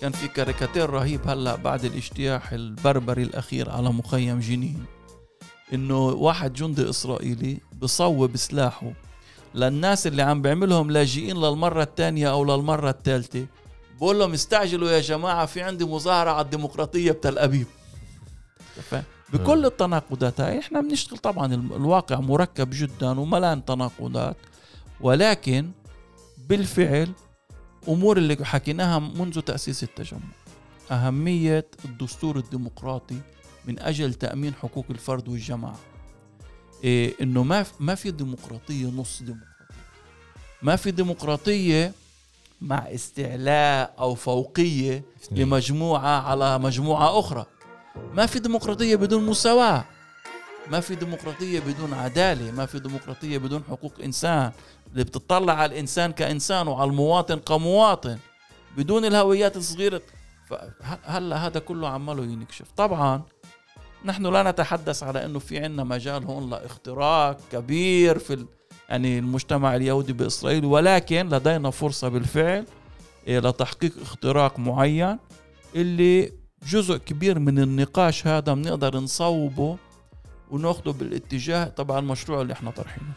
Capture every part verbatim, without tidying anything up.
كان في كاريكاتير رهيب هلأ بعد الاجتياح البربري الأخير على مخيم جنين، إنه واحد جندي إسرائيلي بصوب سلاحه للناس اللي عم بيعملهم لاجئين للمرة الثانية أو للمرة الثالثة، بقول لهم استعجلوا يا جماعة في عندي مظاهرة على الديمقراطية بتل أبيب. بكل التناقضات هاي احنا بنشتغل. طبعا الواقع مركب جدا وملان تناقضات، ولكن بالفعل أمور اللي حكيناها منذ تأسيس التجمع، أهمية الدستور الديمقراطي من أجل تأمين حقوق الفرد والجماعة، إيه إنه ما ما في ديمقراطية نص ديمقراطية، ما في ديمقراطية مع استعلاء أو فوقية لمجموعة على مجموعة أخرى، ما في ديمقراطية بدون مساواة، ما في ديمقراطية بدون عدالة، ما في ديمقراطية بدون حقوق إنسان اللي بتطلع على الإنسان كإنسان وعلى المواطن كمواطن بدون الهويات الصغيرة. هلا هذا كله عماله ينكشف. طبعا نحن لا نتحدث على أنه في عنا مجال هون لاختراق كبير في ال... يعني المجتمع اليهودي بإسرائيل، ولكن لدينا فرصة بالفعل لتحقيق اختراق معين اللي جزء كبير من النقاش هذا بنقدر نصوبه وناخده بالاتجاه طبعا المشروع اللي احنا طرحينه.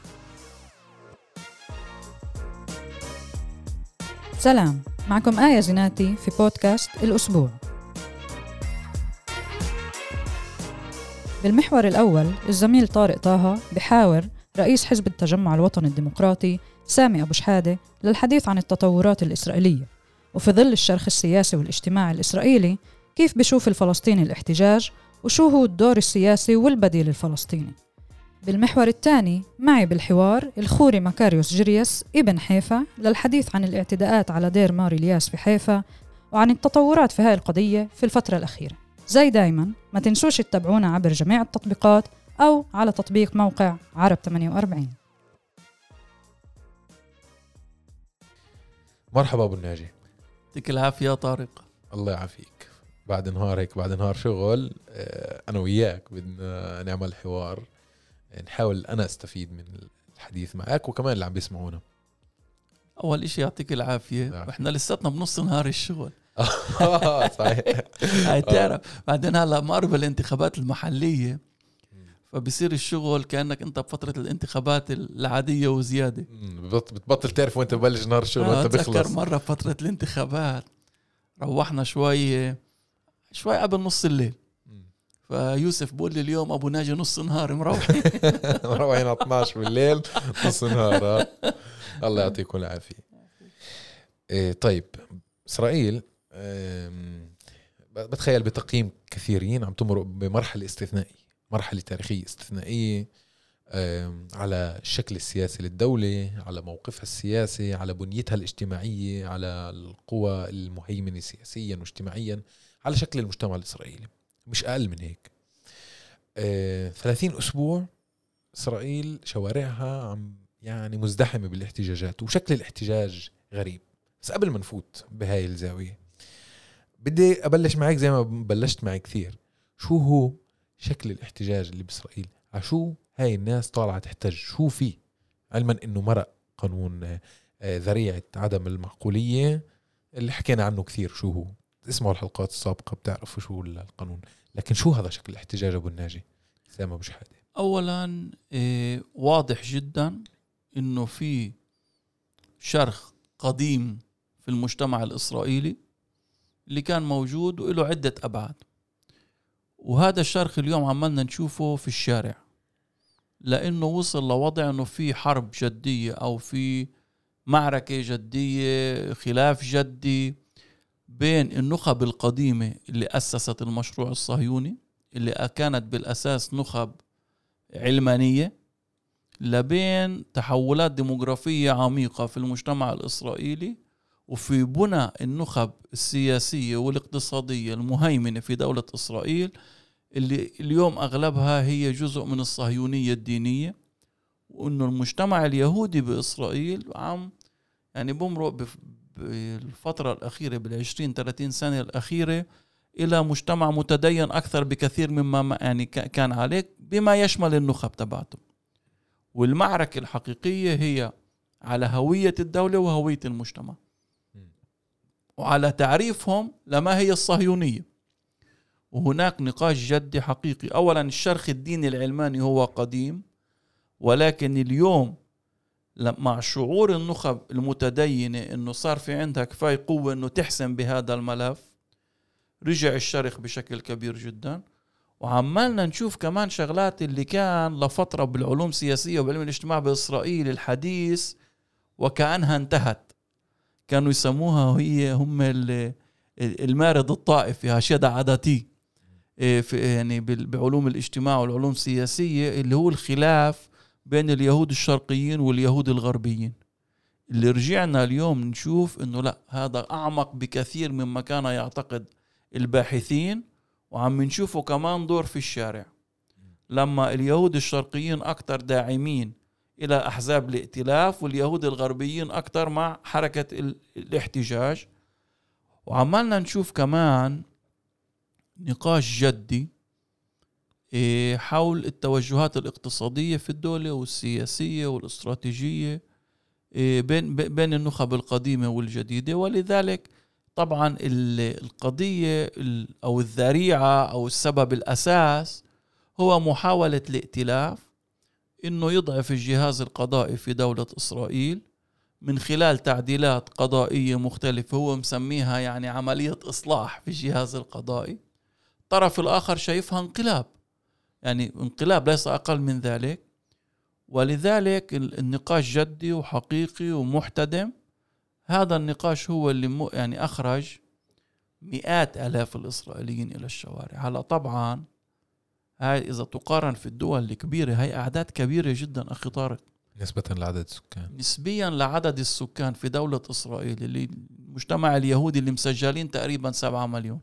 سلام، معكم آية زيناتي في بودكاست الأسبوع. بالمحور الأول الزميل طارق طه بحاور رئيس حزب التجمع الوطني الديمقراطي سامي أبو شحادة للحديث عن التطورات الإسرائيلية، وفي ظل الشرخ السياسي والاجتماعي الإسرائيلي كيف بيشوف الفلسطيني الاحتجاج وشو هو الدور السياسي والبديل الفلسطيني. بالمحور الثاني معي بالحوار الخوري مكاريوس جريس ابن حيفا للحديث عن الاعتداءات على دير مار الياس في حيفا وعن التطورات في هاي القضية في الفترة الأخيرة. زي دايما ما تنسوش تتابعونا عبر جميع التطبيقات أو على تطبيق موقع عرب ثمانية وأربعين. مرحبا أبو الناجي. يعطيك العافية طارق. الله يعافيك. بعد نهار هيك بعد نهار شغل أنا وياك بدنا نعمل حوار، نحاول أنا أستفيد من الحديث معك وكمان اللي عم بيسمعونا. أول إشي يعطيك العافية، وإحنا لساتنا بنص نهار الشغل. صحيح. هاي تعرف بعدين هلا مقرب الانتخابات المحلية، فبصير الشغل كأنك أنت بفترة الانتخابات العادية وزيادة. بتبطل تعرف وأنت ببلش نهار الشغل آه وأنت بيخلص. أتذكر مرة فترة الانتخابات روحنا شوي شوي قبل نص الليل، فيوسف بقول لي اليوم أبو ناجي نص نهار مروحين مروحين اثناشر بالليل نص نهار. الله يعطيكم العافية. إيه طيب، إسرائيل بتخيل بتقييم كثيرين عم تمر بمرحلة استثنائية، مرحلة تاريخية استثنائية على الشكل السياسي للدولة، على موقفها السياسي، على بنيتها الاجتماعية، على القوى المهيمنة سياسيا واجتماعيا، على شكل المجتمع الإسرائيلي، مش أقل من هيك. ثلاثين أسبوع إسرائيل شوارعها عم يعني مزدحمة بالاحتجاجات، وشكل الاحتجاج غريب. بس قبل ما نفوت بهاي الزاوية بدي أبلش معك زي ما بلشت معي كثير. شو هو شكل الاحتجاج اللي بإسرائيل؟ عشو هاي الناس طالعة تحتج؟ شو فيه؟ علما إنه مرق قانون ذريعة عدم المعقولية اللي حكينا عنه كثير، شو هو؟ اسمعوا الحلقات السابقة بتعرفوا شو القانون. لكن شو هذا شكل الاحتجاج أبو الناجي سامي أبو شحادة؟ أولا إيه واضح جدا إنه في شرخ قديم في المجتمع الإسرائيلي اللي كان موجود وله عدة أبعاد، وهذا الشرخ اليوم عمالنا نشوفه في الشارع، لأنه وصل لوضع أنه في حرب جدية أو في معركة جدية، خلاف جدي بين النخب القديمة اللي أسست المشروع الصهيوني اللي كانت بالأساس نخب علمانية، لبين تحولات ديموغرافية عميقة في المجتمع الإسرائيلي وفي بنى النخب السياسية والاقتصادية المهيمنة في دولة إسرائيل اللي اليوم أغلبها هي جزء من الصهيونية الدينية. وإنه المجتمع اليهودي بإسرائيل عم يعني بمرق بالفترة الأخيرة بالعشرين ثلاثين سنة الأخيرة إلى مجتمع متدين أكثر بكثير مما يعني كان عليه، بما يشمل النخب تبعته. والمعركة الحقيقية هي على هوية الدولة وهوية المجتمع. وعلى تعريفهم لما هي الصهيونية. وهناك نقاش جدي حقيقي. أولا الشرخ الديني العلماني هو قديم، ولكن اليوم مع شعور النخب المتدينة أنه صار في عندها كفاية قوة أنه تحسم بهذا الملف، رجع الشرخ بشكل كبير جدا. وعمالنا نشوف كمان شغلات اللي كان لفترة بالعلوم السياسية وبعلم الاجتماع بإسرائيل الحديث وكأنها انتهت، كانوا يسموها هي هم المارد الطائفي هشدة عدتي في يعني بعلوم الاجتماع والعلوم السياسية، اللي هو الخلاف بين اليهود الشرقيين واليهود الغربيين. اللي رجعنا اليوم نشوف انه لا، هذا اعمق بكثير مما كان يعتقد الباحثين، وعم نشوفه كمان دور في الشارع. لما اليهود الشرقيين اكثر داعمين الى احزاب الائتلاف، واليهود الغربيين اكثر مع حركة الاحتجاج. وعمالنا نشوف كمان نقاش جدي حول التوجهات الاقتصادية في الدولة والسياسية والاستراتيجية بين بين النخب القديمة والجديدة. ولذلك طبعا القضية أو الذريعة أو السبب الأساس هو محاولة الائتلاف إنه يضعف الجهاز القضائي في دولة إسرائيل من خلال تعديلات قضائية مختلفة، هو مسميها يعني عملية إصلاح في الجهاز القضائي. الطرف الآخر شايفها انقلاب، يعني انقلاب ليس أقل من ذلك. ولذلك النقاش جدي وحقيقي ومحتدم. هذا النقاش هو اللي يعني أخرج مئات آلاف الإسرائيليين إلى الشوارع. هلا طبعا هاي إذا تقارن في الدول الكبيرة هاي أعداد كبيرة جدا أخي طارق، نسبة لعدد السكان، نسبيا لعدد السكان في دولة إسرائيل اللي المجتمع اليهودي اللي مسجلين تقريبا سبعة مليون،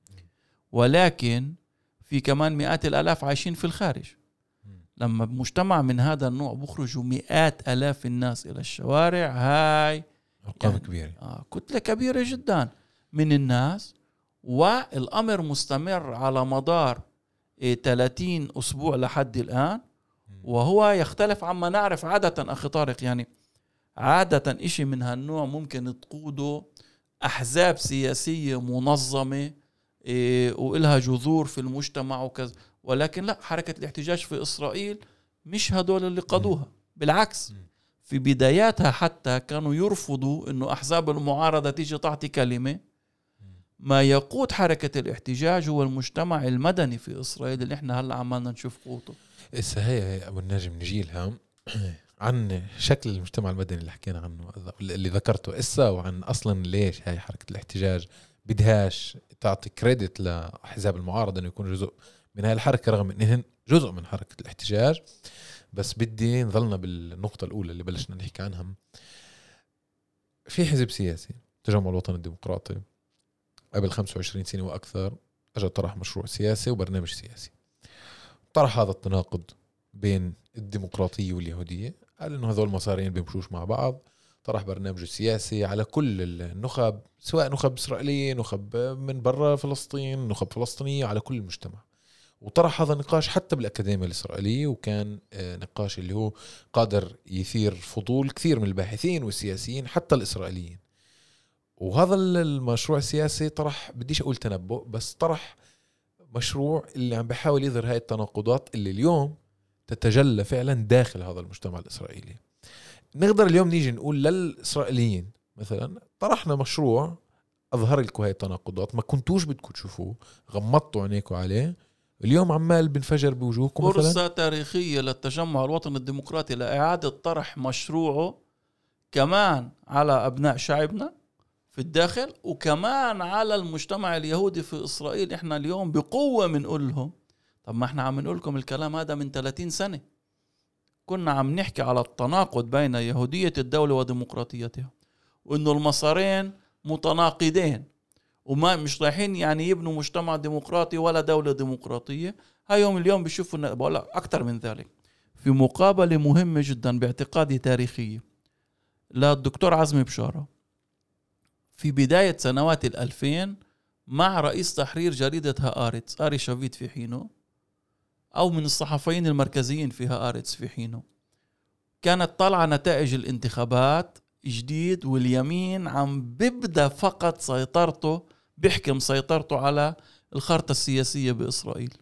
ولكن في كمان مئات الآلاف عايشين في الخارج. لما بمجتمع من هذا النوع بخرجوا مئات آلاف الناس إلى الشوارع، هاي أرقام يعني كبيرة، آه كتلة كبيرة جدا من الناس. والأمر مستمر على مدار ثلاثين أسبوع لحد الآن، وهو يختلف عما نعرف عادة أخي طارق. يعني عادة إشي من هالنوع ممكن تقوده أحزاب سياسية منظمة إيه وإلها جذور في المجتمع وكذا، ولكن لا، حركة الاحتجاج في إسرائيل مش هدول اللي قادوها. بالعكس، في بداياتها حتى كانوا يرفضوا إنه أحزاب المعارضة تيجي تعطي كلمة. ما يقود حركة الاحتجاج هو المجتمع المدني في إسرائيل اللي إحنا هلأ عمالنا نشوف قوته. إسا هي أبو الناجم نجيلها عن شكل المجتمع المدني اللي حكينا عنه اللي ذكرته إسا، وعن أصلا ليش هاي حركة الاحتجاج بدهاش تعطي كريدت لأحزاب المعارضة أنه يكون جزء من هاي الحركة رغم أنهن جزء من حركة الاحتجاج. بس بدي نظلنا بالنقطة الأولى اللي بلشنا نحكي عنها. في حزب سياسي تجمع الوطن الديمقراطي قبل خمسة وعشرين سنة وأكثر أجل طرح مشروع سياسي وبرنامج سياسي. طرح هذا التناقض بين الديمقراطية واليهودية، قال إنه هذول مسارين بيمشوش مع بعض. طرح برنامج سياسي على كل النخب، سواء نخب إسرائيلية، نخب من برا فلسطين، نخب فلسطينية، على كل المجتمع. وطرح هذا النقاش حتى بالأكاديمية الإسرائيلية، وكان نقاش اللي هو قادر يثير فضول كثير من الباحثين والسياسيين حتى الإسرائيليين. وهذا المشروع السياسي طرح، بديش أقول تنبؤ، بس طرح مشروع اللي عم بحاول يظهر هاي التناقضات اللي اليوم تتجلى فعلا داخل هذا المجتمع الإسرائيلي. نقدر اليوم نيجي نقول للإسرائيليين مثلا طرحنا مشروع أظهر لكم هاي التناقضات، ما كنتوش بدكم تشوفوه، غمضتوا عينيكم عليه، اليوم عمال بنفجر بوجوهكم. مثلا فرصة تاريخية للتجمع الوطني الديمقراطي لإعادة طرح مشروعه كمان على أبناء شعبنا في الداخل، وكمان على المجتمع اليهودي في إسرائيل. إحنا اليوم بقوة منقول لهم، طب ما إحنا عم نقول لكم الكلام هذا من ثلاثين سنة. كنا عم نحكي على التناقض بين يهودية الدولة وديمقراطيتها، وإنه المسارين متناقضين وما مش رايحين يعني يبنوا مجتمع ديمقراطي ولا دولة ديمقراطية. هاي يوم اليوم بيشوفوا، بقول أكتر من ذلك، في مقابلة مهمة جدا باعتقادي تاريخية للدكتور عزمي بشارة في بداية سنوات الألفين مع رئيس تحرير جريدة هآرتس آري شافيت في حينه، أو من الصحفيين المركزيين في هآرتس في حينه. كانت طالعة نتائج الانتخابات جديد، واليمين عم ببدأ فقط سيطرته، بيحكم سيطرته على الخارطة السياسية بإسرائيل.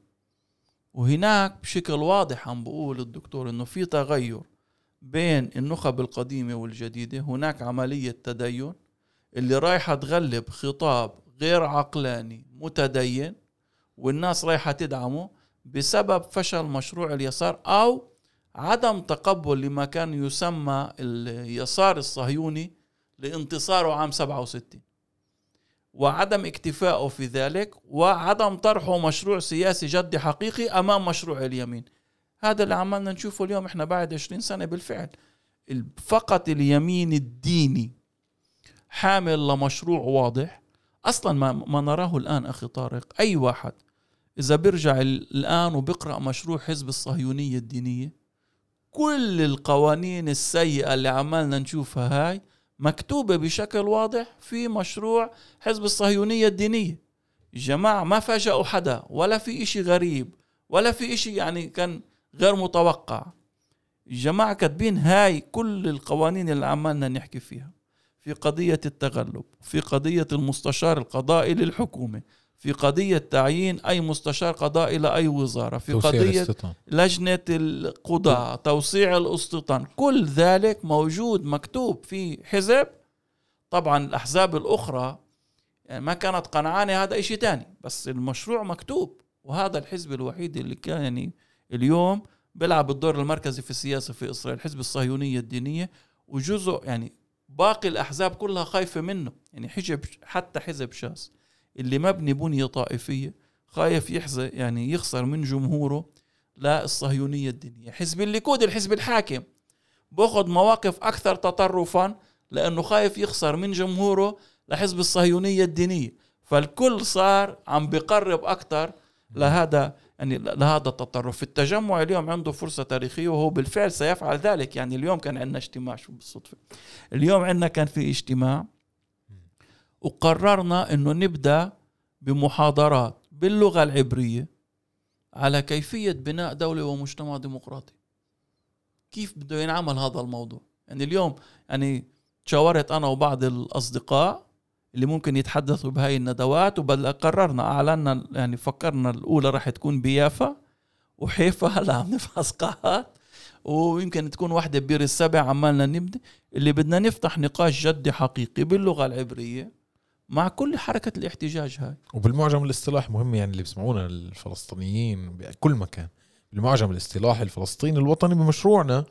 وهناك بشكل واضح عم بقول الدكتور إنه في تغير بين النخب القديمة والجديدة. هناك عملية تدين اللي رايحة تغلب خطاب غير عقلاني متدين، والناس رايحة تدعمه بسبب فشل مشروع اليسار أو عدم تقبل لما كان يسمى اليسار الصهيوني لانتصاره عام سبعة وستين، وعدم اكتفائه في ذلك، وعدم طرحه مشروع سياسي جدي حقيقي أمام مشروع اليمين. هذا اللي عملنا نشوفه اليوم إحنا بعد عشرين سنة. بالفعل فقط اليمين الديني حامل لمشروع واضح. أصلا ما, ما نراه الآن أخي طارق، أي واحد إذا بيرجع الآن وبقرأ مشروع حزب الصهيونية الدينية، كل القوانين السيئة اللي عمالنا نشوفها هاي مكتوبة بشكل واضح في مشروع حزب الصهيونية الدينية. الجماعة ما فاجأوا حدا، ولا في إشي غريب، ولا في إشي يعني كان غير متوقع. الجماعة كاتبين هاي كل القوانين اللي عمالنا نحكي فيها، في قضية التغلب، في قضية المستشار القضائي للحكومة، في قضية تعيين أي مستشار قضائي لأي وزارة، في قضية الاستيطان. لجنة القضاء، توسيع الاستيطان، كل ذلك موجود مكتوب في حزب. طبعا الأحزاب الأخرى يعني ما كانت قنعانة، هذا إشي تاني، بس المشروع مكتوب. وهذا الحزب الوحيد اللي كان يعني اليوم بيلعب الدور المركزي في السياسة في إسرائيل، حزب الصهيونية الدينية. وجزء يعني باقي الأحزاب كلها خايفة منه. يعني حزب حتى حزب شاس اللي مبني بنية طائفية خايف يحزن يعني يخسر من جمهوره للصهيونية الدينية. حزب الليكود الحزب الحاكم بأخذ مواقف أكثر تطرفا لأنه خايف يخسر من جمهوره لحزب الصهيونية الدينية. فالكل صار عم بيقرب أكثر لهذا يعني لهذا التطرف. التجمع اليوم عنده فرصة تاريخية وهو بالفعل سيفعل ذلك. يعني اليوم كان عندنا اجتماع، شو بالصدفة اليوم عندنا كان في اجتماع وقررنا انه نبدأ بمحاضرات باللغة العبرية على كيفية بناء دولة ومجتمع ديمقراطي، كيف بده ينعمل هذا الموضوع. يعني اليوم يعني تشاورت انا وبعض الاصدقاء اللي ممكن يتحدثوا بهاي الندوات، وقررنا اعلنا يعني فكرنا الاولى راح تكون بيافا وحيفا، هلا عم نفحص قاعات، ويمكن تكون واحدة ببير السبع. عمالنا نبدأ اللي بدنا نفتح نقاش جدي حقيقي باللغة العبرية مع كل حركة الاحتجاج هاي. وبالمعجم الاصطلاح مهم، يعني اللي بسمعونا الفلسطينيين بكل مكان، بالمعجم الاصطلاحي الفلسطيني الوطني بمشروعنا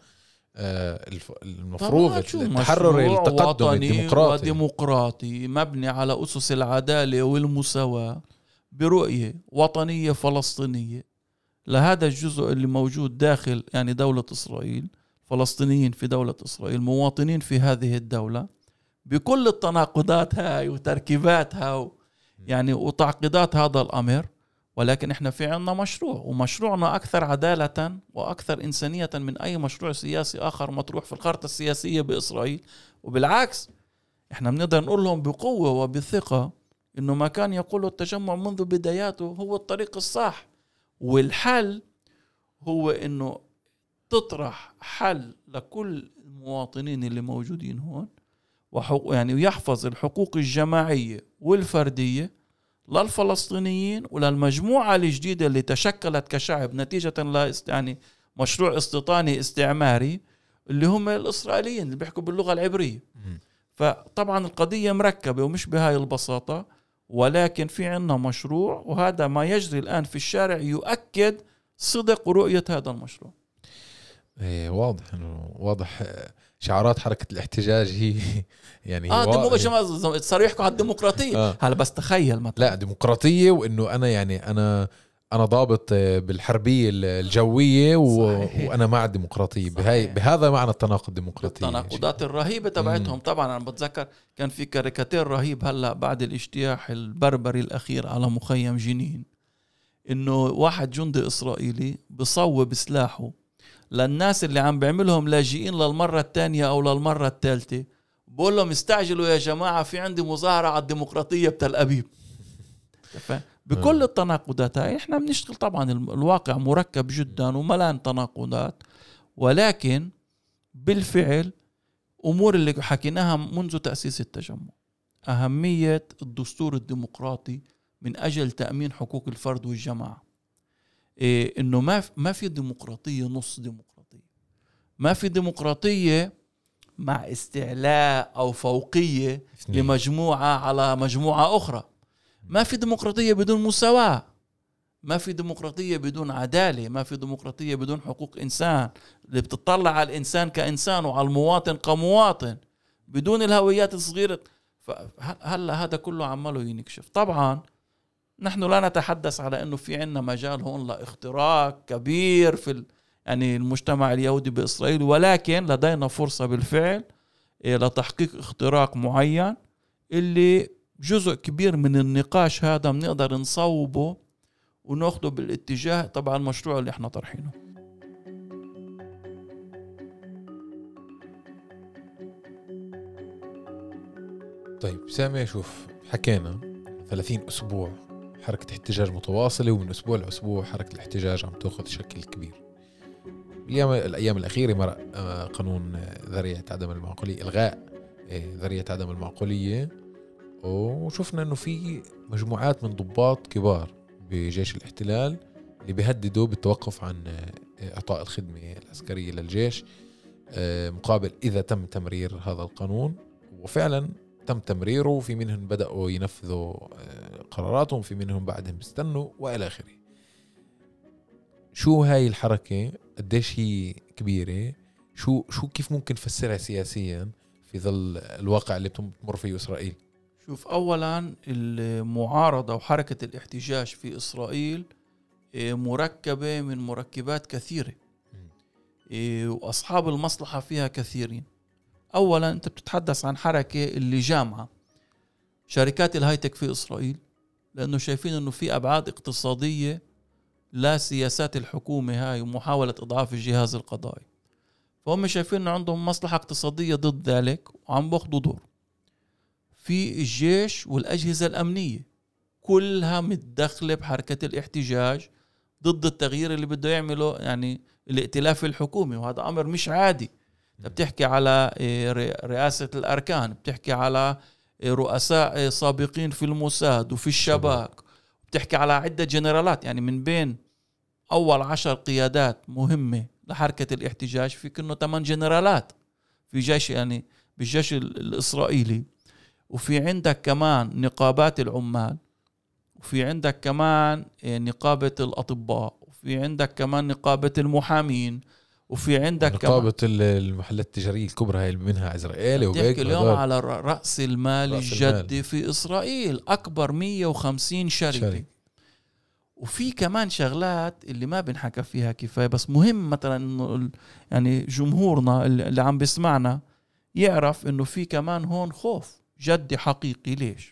المفروض التحرر التقدم الديمقراطي وديمقراطي مبني على أسس العدالة والمساواة برؤية وطنية فلسطينية لهذا الجزء اللي موجود داخل يعني دولة إسرائيل، فلسطينيين في دولة إسرائيل، مواطنين في هذه الدولة بكل التناقضات هاي وتركيباتها يعني وتعقيدات هذا الأمر. ولكن احنا في عنا مشروع، ومشروعنا أكثر عدالة وأكثر إنسانية من أي مشروع سياسي آخر مطروح في الخارطة السياسية بإسرائيل. وبالعكس احنا بنقدر نقول لهم بقوة وبثقة إنه ما كان يقوله التجمع منذ بداياته هو الطريق الصح، والحل هو إنه تطرح حل لكل المواطنين اللي موجودين هون، وحقوق يعني ويحفظ الحقوق الجماعية والفردية للفلسطينيين وللمجموعة الجديدة اللي تشكلت كشعب نتيجة ل يعني مشروع استيطاني استعماري اللي هم الإسرائيليين اللي بيحكوا باللغة العبرية. فطبعا القضية مركبة ومش بهاي البساطة، ولكن في عنا مشروع، وهذا ما يجري الآن في الشارع يؤكد صدق ورؤية هذا المشروع. ايه واضح انه واضح شعارات حركة الاحتجاج هي يعني اه ديمقراطية، صاروا يحكوا على الديمقراطية. آه. هلا بس تخيل مثلا لا ديمقراطية، وانه انا يعني انا انا ضابط بالحربية الجوية و... وانا مع الديمقراطية. بهاي بهذا معنى التناقض الديمقراطية، التناقضات الرهيبة تبعتهم. طبعا انا بتذكر كان في كاريكاتير رهيب هلا بعد الاجتياح البربري الاخير على مخيم جنين، انه واحد جندي اسرائيلي بصوب سلاحه للناس اللي عم بيعملهم لاجئين للمرة الثانية أو للمرة الثالثة، بقول لهم استعجلوا يا جماعة في عندي مظاهرة على الديمقراطية بتل أبيب. بكل التناقضات هاي احنا بنشتغل. طبعا الواقع مركب جدا وملان تناقضات، ولكن بالفعل أمور اللي حكيناها منذ تأسيس التجمع. أهمية الدستور الديمقراطي من أجل تأمين حقوق الفرد والجماعة. إيه إنه ما ما في ديمقراطية نص ديمقراطية، ما في ديمقراطية مع استعلاء أو فوقية اثنين. لمجموعة على مجموعة أخرى، ما في ديمقراطية بدون مساواة، ما في ديمقراطية بدون عدالة، ما في ديمقراطية بدون حقوق إنسان اللي بتطلع على الإنسان كإنسان وعلى المواطن كمواطن بدون الهويات الصغيرة. هلا هذا كله عماله ينكشف. طبعا نحن لا نتحدث على أنه في عنا مجال هون لاختراق كبير في ال... يعني المجتمع اليهودي بإسرائيل، ولكن لدينا فرصة بالفعل لتحقيق اختراق معين اللي جزء كبير من النقاش هذا بنقدر نصوبه وناخده بالاتجاه طبعا المشروع اللي احنا طرحينه. طيب سامي، شوف حكينا ثلاثين أسبوع حركة احتجاج متواصلة، ومن أسبوع لأسبوع حركة الاحتجاج عم تأخذ شكل كبير. الأيام, الأيام الأخيرة مرق قانون ذريعة عدم المعقولية، إلغاء ذريعة عدم المعقولية، وشفنا أنه في مجموعات من ضباط كبار بجيش الاحتلال اللي بيهددوا بالتوقف عن إعطاء الخدمة العسكرية للجيش مقابل إذا تم تمرير هذا القانون. وفعلا تم تمريره، وفي منهم بدأوا ينفذوا قراراتهم، في منهم بعدهم بيستنوا وإلى آخره. شو هاي الحركة؟ قديش هي كبيرة؟ شو شو كيف ممكن نفسرها سياسيا في ظل الواقع اللي بتمر فيه إسرائيل؟ شوف، أولا المعارضة وحركة الاحتجاج في إسرائيل مركبة من مركبات كثيرة، وأصحاب المصلحة فيها كثيرين. أولا أنت بتتحدث عن حركة اللي جامعة شركات الهايتك في إسرائيل، لأنه شايفين أنه في أبعاد اقتصادية لا سياسات الحكومة هاي ومحاولة إضعاف الجهاز القضائي، فهم شايفين أنه عندهم مصلحة اقتصادية ضد ذلك وعم بأخذوا دور. في الجيش والأجهزة الأمنية كلها متدخلة بحركة الاحتجاج ضد التغيير اللي بده يعمله يعني الائتلاف الحكومي، وهذا أمر مش عادي. بتحكي على رئاسة الأركان، بتحكي على رؤساء سابقين في الموساد وفي الشباك، بتحكي على عدة جنرالات. يعني من بين أول عشر قيادات مهمة لحركة الاحتجاج في كأنه ثمان جنرالات في جيش، يعني بالجيش الإسرائيلي. وفي عندك كمان نقابات العمال، وفي عندك كمان نقابة الأطباء، وفي عندك كمان نقابة المحامين، وفي عندك نقابة المحلات التجارية الكبرى هاي منها إسرائيل. وبيحكي اليوم على رأس المال رأس الجدي المال. في إسرائيل أكبر مية وخمسين شركة شارك. وفي كمان شغلات اللي ما بنحكى فيها كفاية، بس مهم مثلا إنه يعني جمهورنا اللي عم بيسمعنا يعرف إنه في كمان هون خوف جدي حقيقي. ليش؟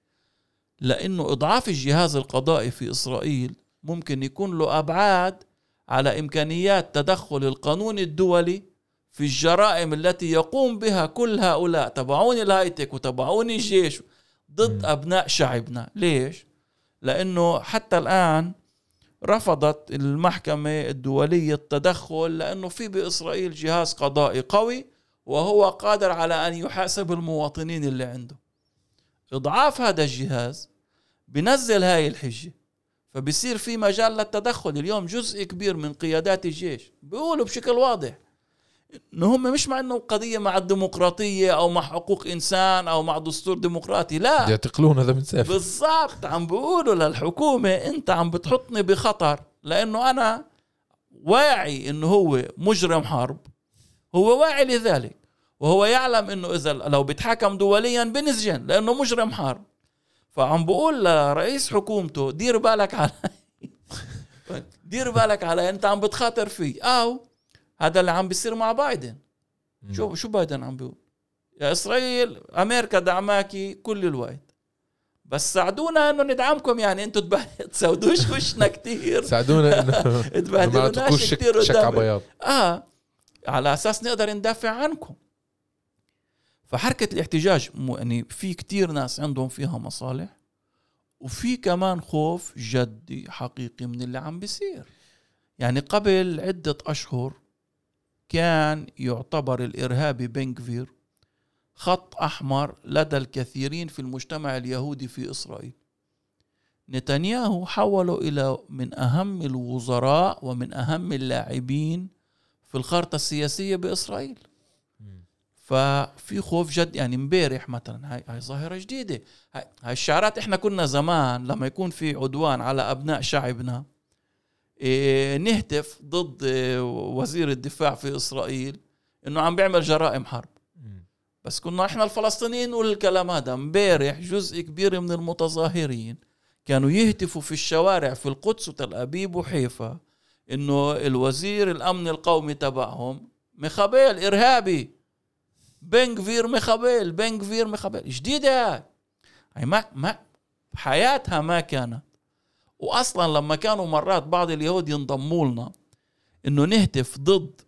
لأنه إضعاف الجهاز القضائي في إسرائيل ممكن يكون له أبعاد على إمكانيات تدخل القانون الدولي في الجرائم التي يقوم بها كل هؤلاء تبعون الهايتك وتبعون الجيش ضد م. أبناء شعبنا. ليش؟ لأنه حتى الآن رفضت المحكمة الدولية التدخل، لأنه في بإسرائيل جهاز قضائي قوي وهو قادر على أن يحاسب المواطنين اللي عنده. إضعاف هذا الجهاز بنزل هاي الحجة، فبيصير في مجال للتدخل. اليوم جزء كبير من قيادات الجيش بيقولوا بشكل واضح إنه هم مش مع إنه قضية مع الديمقراطية أو مع حقوق إنسان أو مع دستور ديمقراطي، لا، يعتقلون هذا من سافر. بالضبط، عم بيقولوا للحكومة أنت عم بتحطني بخطر، لأنه أنا واعي إنه هو مجرم حرب، هو واعي لذلك، وهو يعلم إنه إذا لو بيتحكم دوليا بنسجن لأنه مجرم حرب. فعم بقول لرئيس حكومته دير بالك على دير بالك على أنت عم بتخاطر فيه. أو هذا اللي عم بيصير مع بايدن. شو شو بايدن عم بيقول؟ يا إسرائيل أمريكا دعماكي كل الوقت، بس ساعدونا إنه ندعمكم، يعني أنتوا تسودوش وشنا كتير، ساعدونا إنه تبهدلوناش كتير شكع بياض، آه على أساس نقدر ندافع عنكم. فحركة الاحتجاج يعني في كتير ناس عندهم فيها مصالح، وفي كمان خوف جدي حقيقي من اللي عم بيصير. يعني قبل عدة أشهر كان يعتبر الإرهابي بن غفير خط أحمر لدى الكثيرين في المجتمع اليهودي في إسرائيل. نتنياهو حوله إلى من أهم الوزراء ومن أهم اللاعبين في الخارطة السياسية بإسرائيل. ففي خوف جد. يعني مبارح مثلا هاي, هاي ظاهرة جديدة. هاي, هاي الشعارات احنا كنا زمان لما يكون في عدوان على أبناء شعبنا إيه نهتف ضد إيه وزير الدفاع في إسرائيل إنه عم بيعمل جرائم حرب. بس كنا احنا الفلسطينيين نقول الكلام هذا. مبارح جزء كبير من المتظاهرين كانوا يهتفوا في الشوارع في القدس وتل أبيب وحيفا إنه الوزير الأمن القومي تبعهم مخابيل إرهابي، بنغفير مخابيل، بنغفير مخابيل. جديدة هاي، ما ما حياتها ما كانت. وأصلا لما كانوا مرات بعض اليهود ينضموا لنا إنه نهتف ضد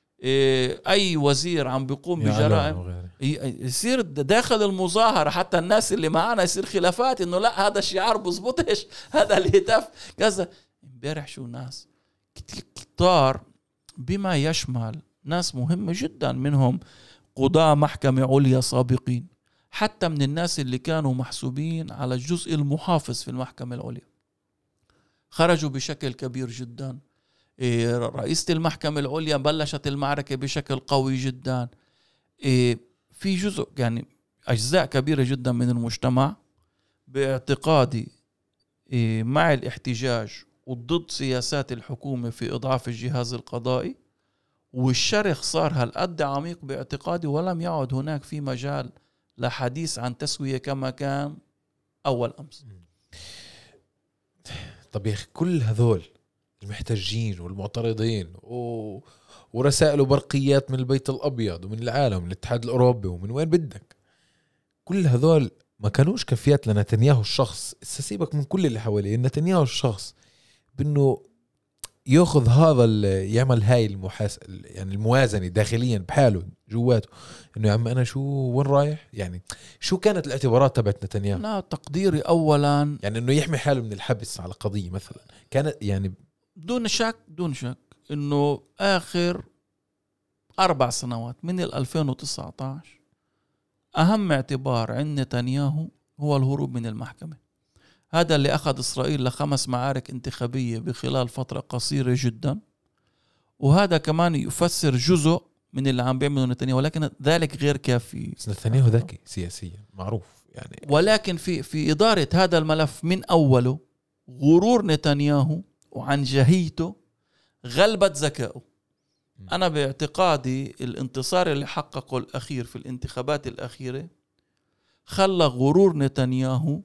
أي وزير عم بيقوم بجرائم، يصير داخل المظاهرة حتى الناس اللي معنا يصير خلافات إنه لا هذا الشعار بزبطش، هذا الهتاف كذا. امبارح شو ناس كتار بما يشمل ناس مهمة جدا، منهم قضاة محكمة عليا سابقين، حتى من الناس اللي كانوا محسوبين على الجزء المحافظ في المحكمة العليا، خرجوا بشكل كبير جدا. رئيسة المحكمة العليا بلشت المعركة بشكل قوي جدا. في جزء يعني أجزاء كبيرة جدا من المجتمع باعتقادي مع الاحتجاج وضد سياسات الحكومة في إضعاف الجهاز القضائي، والشرخ صار هالقد عميق باعتقادي، ولم يعد هناك في مجال لحديث عن تسوية كما كان أول أمس. طب يا أخي كل هذول المحتجين والمعترضين و... ورسائل وبرقيات من البيت الأبيض ومن العالم من الاتحاد الأوروبي ومن وين بدك، كل هذول ما كانوش كفيات لنتنياهو الشخص. سيبك من كل اللي حواليه، نتنياهو الشخص بأنه يأخذ هذا يعمل هاي المحاس يعني الموازنة داخليا بحاله جواته، إنه يا عم أنا شو وين رايح. يعني شو كانت الاعتبارات تبعت نتنياهو؟ لا تقديري أولا يعني إنه يحمي حاله من الحبس على قضية مثلا، كانت يعني دون شك دون شك إنه آخر أربع سنوات من ألفين وتسعة عشر أهم اعتبار عند نتنياهو هو الهروب من المحكمة. هذا اللي أخذ إسرائيل لخمس معارك انتخابية بخلال فترة قصيرة جدا، وهذا كمان يفسر جزء من اللي عم بيعمله نتنياهو، ولكن ذلك غير كافي. نتنياهو ذكي سياسيا معروف يعني، ولكن في في إدارة هذا الملف من أوله غرور نتنياهو وعنجهيته غلبت ذكائه. أنا باعتقادي الانتصار اللي حققه الأخير في الانتخابات الأخيرة خلى غرور نتنياهو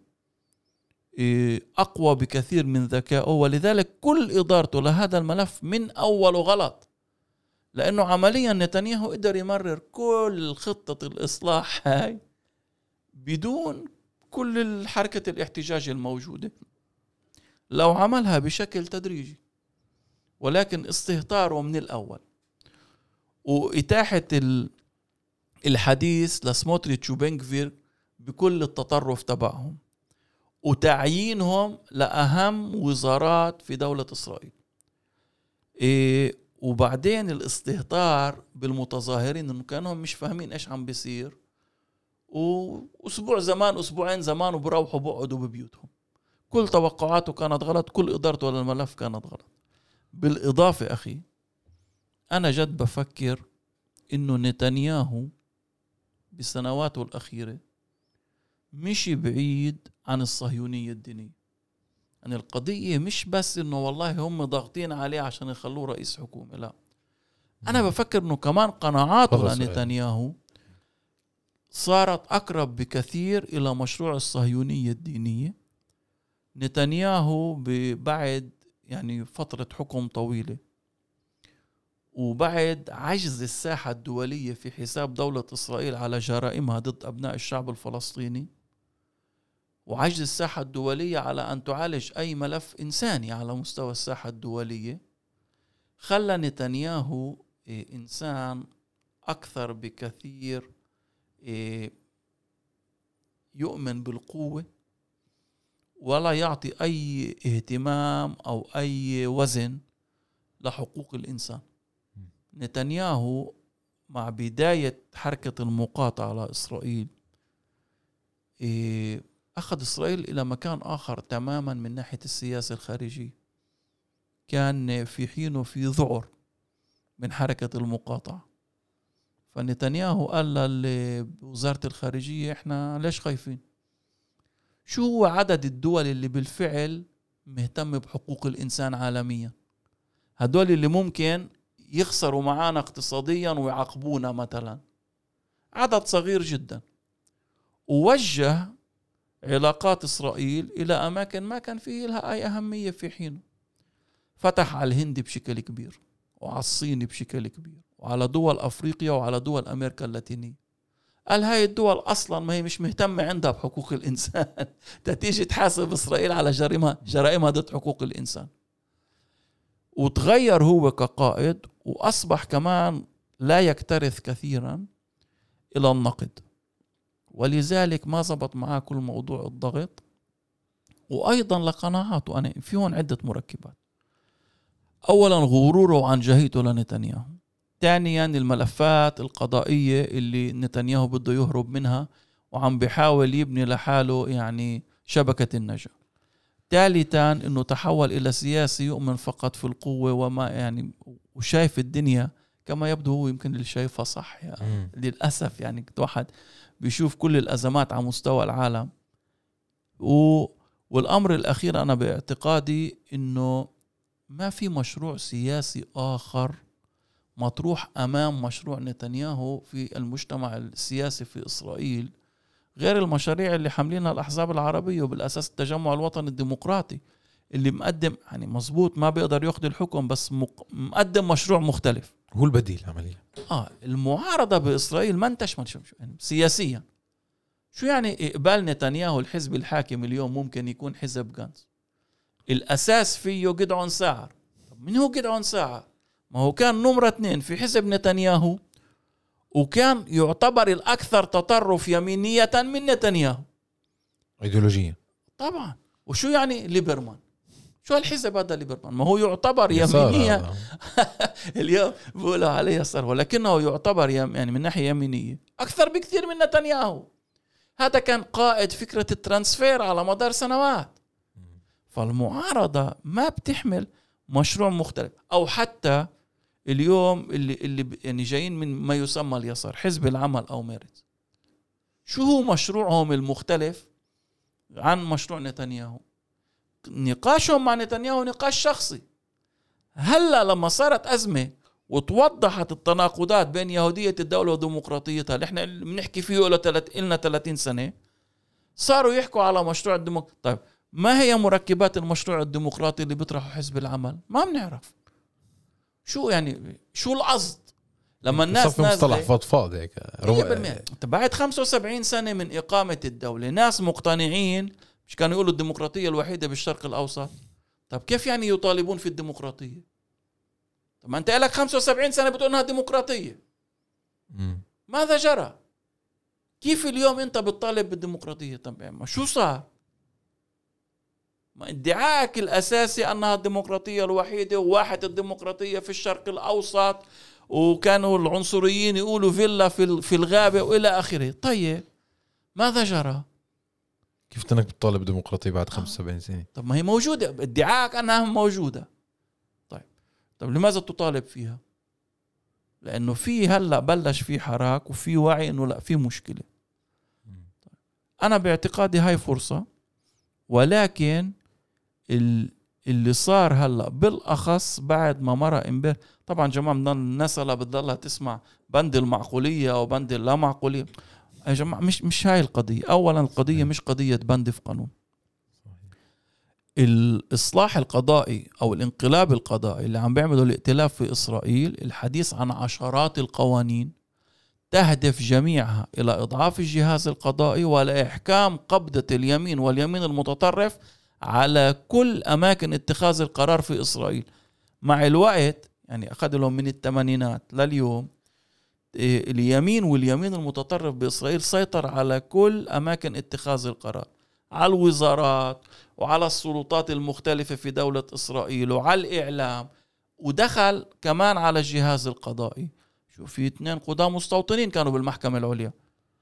أقوى بكثير من ذكائه، ولذلك كل إدارته لهذا الملف من أوله غلط، لأنه عمليا نتنياهو قدر يمرر كل خطة الإصلاح هاي بدون كل الحركة الاحتجاج الموجودة. لو عملها بشكل تدريجي، ولكن استهتاره من الأول وإتاحة الحديث لسموتريتش وبنغفير بكل التطرف تبعهم وتعيينهم لأهم وزارات في دولة إسرائيل، إيه وبعدين الاستهتار بالمتظاهرين إنه كانوا مش فاهمين إيش عم بيصير، وأسبوع زمان أسبوعين زمان وبروحوا بقعدوا ببيوتهم. كل توقعاته كانت غلط، كل إدارته للملف كانت غلط. بالإضافة أخي أنا جد بفكر إنه نتنياهو بسنواته الأخيرة مش بعيد عن الصهيونية الدينية. يعني القضية مش بس إنه والله هم ضاغطين عليه عشان يخلوه رئيس حكومة، لا، أنا بفكر إنه كمان قناعاته لنتنياهو صارت أقرب بكثير إلى مشروع الصهيونية الدينية. نتنياهو بعد يعني فترة حكم طويلة وبعد عجز الساحة الدولية في حساب دولة إسرائيل على جرائمها ضد أبناء الشعب الفلسطيني، وعجز الساحة الدولية على أن تعالج أي ملف إنساني على مستوى الساحة الدولية، خلى نتنياهو إنسان أكثر بكثير يؤمن بالقوة ولا يعطي أي اهتمام أو أي وزن لحقوق الإنسان. نتنياهو مع بداية حركة المقاطعة على إسرائيل أخذ إسرائيل إلى مكان آخر تماما من ناحية السياسة الخارجية. كان في حينه في ذعر من حركة المقاطعة، فنتنياهو قال لوزارة الخارجية إحنا ليش خايفين؟ شو هو عدد الدول اللي بالفعل مهتم بحقوق الإنسان عالميا؟ هدول اللي ممكن يخسروا معانا اقتصاديا ويعاقبونا مثلا، عدد صغير جدا. ووجه علاقات إسرائيل إلى أماكن ما كان فيه لها أي أهمية في حينه. فتح على الهند بشكل كبير، وعلى الصين بشكل كبير، وعلى دول أفريقيا، وعلى دول أمريكا اللاتينية. قال هاي الدول أصلا ما هي مش مهتمة عندها بحقوق الإنسان تتيجي تحاسب إسرائيل على جريمة جرائمها ضد حقوق الإنسان. وتغير هو كقائد، وأصبح كمان لا يكترث كثيرا إلى النقد، ولذلك ما زبط معاه كل موضوع الضغط. وأيضا لقناعاته، أنا في هون عدة مركبات. أولا غروره عن جهيته لنتنياهو. ثانيا الملفات القضائية اللي نتنياهو بده يهرب منها وعم بيحاول يبني لحاله يعني شبكة النجاة. ثالثا انه تحول الى سياسي يؤمن فقط في القوة وما يعني وشايف الدنيا كما يبدو هو يمكن اللي شايفها صح يعني. للأسف يعني واحد بيشوف كل الأزمات على مستوى العالم. و والأمر الأخير أنا باعتقادي إنه ما في مشروع سياسي آخر مطروح أمام مشروع نتنياهو في المجتمع السياسي في إسرائيل غير المشاريع اللي حاملينها الأحزاب العربية، وبالأساس التجمع الوطني الديمقراطي اللي مقدم يعني مزبوط ما بيقدر يأخذ الحكم بس مقدم مشروع مختلف. هو البديل عمليا. آه المعارضة بإسرائيل ما انتشمت يعني سياسيا. شو يعني إقبال نتنياهو الحزب الحاكم اليوم ممكن يكون حزب غانتس الأساس فيه جدعون ساعر. طب من هو جدعون ساعر؟ ما هو كان نمرة اثنين في حزب نتنياهو، وكان يعتبر الأكثر تطرف يمينية من نتنياهو ايديولوجيا طبعا. وشو يعني ليبرمان؟ شو الحزب هذا ليبرمان؟ ما هو يعتبر يمينية اليوم بقولوا عليه يسار، ولكنه يعتبر يعني من ناحية يمينية أكثر بكثير من نتنياهو. هذا كان قائد فكرة الترانسفير على مدار سنوات. فالمعارضة ما بتحمل مشروع مختلف. أو حتى اليوم اللي اللي يعني جايين من ما يسمى اليسار، حزب العمل أو ميرت، شو هو مشروعهم المختلف عن مشروع نتنياهو؟ نقاشهم مع نتنياهو نقاش شخصي. هلا لما صارت أزمة وتوضحت التناقضات بين يهودية الدولة وديمقراطيتها اللي احنا بنحكي فيه لنا ثلاثين سنة، صاروا يحكوا على مشروع الديمقراطي. طيب ما هي مركبات المشروع الديمقراطي اللي بيطرحه حزب العمل؟ ما بنعرف. شو يعني شو القصد لما الناس مصطلح فضفاض هيك بعد خمسة وسبعين سنة من إقامة الدولة ناس مقتنعين مش كانوا يقولوا الديمقراطية الوحيدة بالشرق الأوسط. طب كيف يعني يطالبون في الديمقراطية؟ طب ما أنت لك خمسة وسبعين سنة بتقول إنها ديمقراطية. مم. ماذا جرى؟ كيف اليوم أنت بتطالب بالديمقراطية؟ طب ما شو صار؟ ما ادعائك الأساسي أنها الديمقراطية الوحيدة وواحد الديمقراطية في الشرق الأوسط، وكانوا العنصريين يقولوا فيلا في الغابة وإلى آخره. طيب ماذا جرى؟ كيف تنك بتطالب ديمقراطية بعد خمسة وسبعين سنة؟ طب ما هي موجودة، ادعائك أنها موجودة. طيب طب لماذا تطالب فيها؟ لأنه في هلأ بلش في حراك وفي وعي أنه لا في مشكلة. طيب. أنا باعتقادي هاي فرصة، ولكن اللي صار هلأ بالأخص بعد ما مرة إمبارح طبعا جماعة من الناس هلا بتضلها تسمع بند المعقولية أو بند اللا معقولية. يا جماعة مش مش هاي القضية. أولا القضية مش قضية بند في قانون. الإصلاح القضائي أو الانقلاب القضائي اللي عم بيعمله الائتلاف في إسرائيل الحديث عن عشرات القوانين تهدف جميعها إلى إضعاف الجهاز القضائي ولإحكام قبضة اليمين واليمين المتطرف على كل أماكن اتخاذ القرار في إسرائيل. مع الوقت يعني أخذ لهم من الثمانينات لليوم اليمين واليمين المتطرف بإسرائيل سيطر على كل أماكن اتخاذ القرار، على الوزارات وعلى السلطات المختلفة في دولة إسرائيل وعلى الإعلام، ودخل كمان على الجهاز القضائي. شو في اثنين قضاة مستوطنين كانوا بالمحكمة العليا،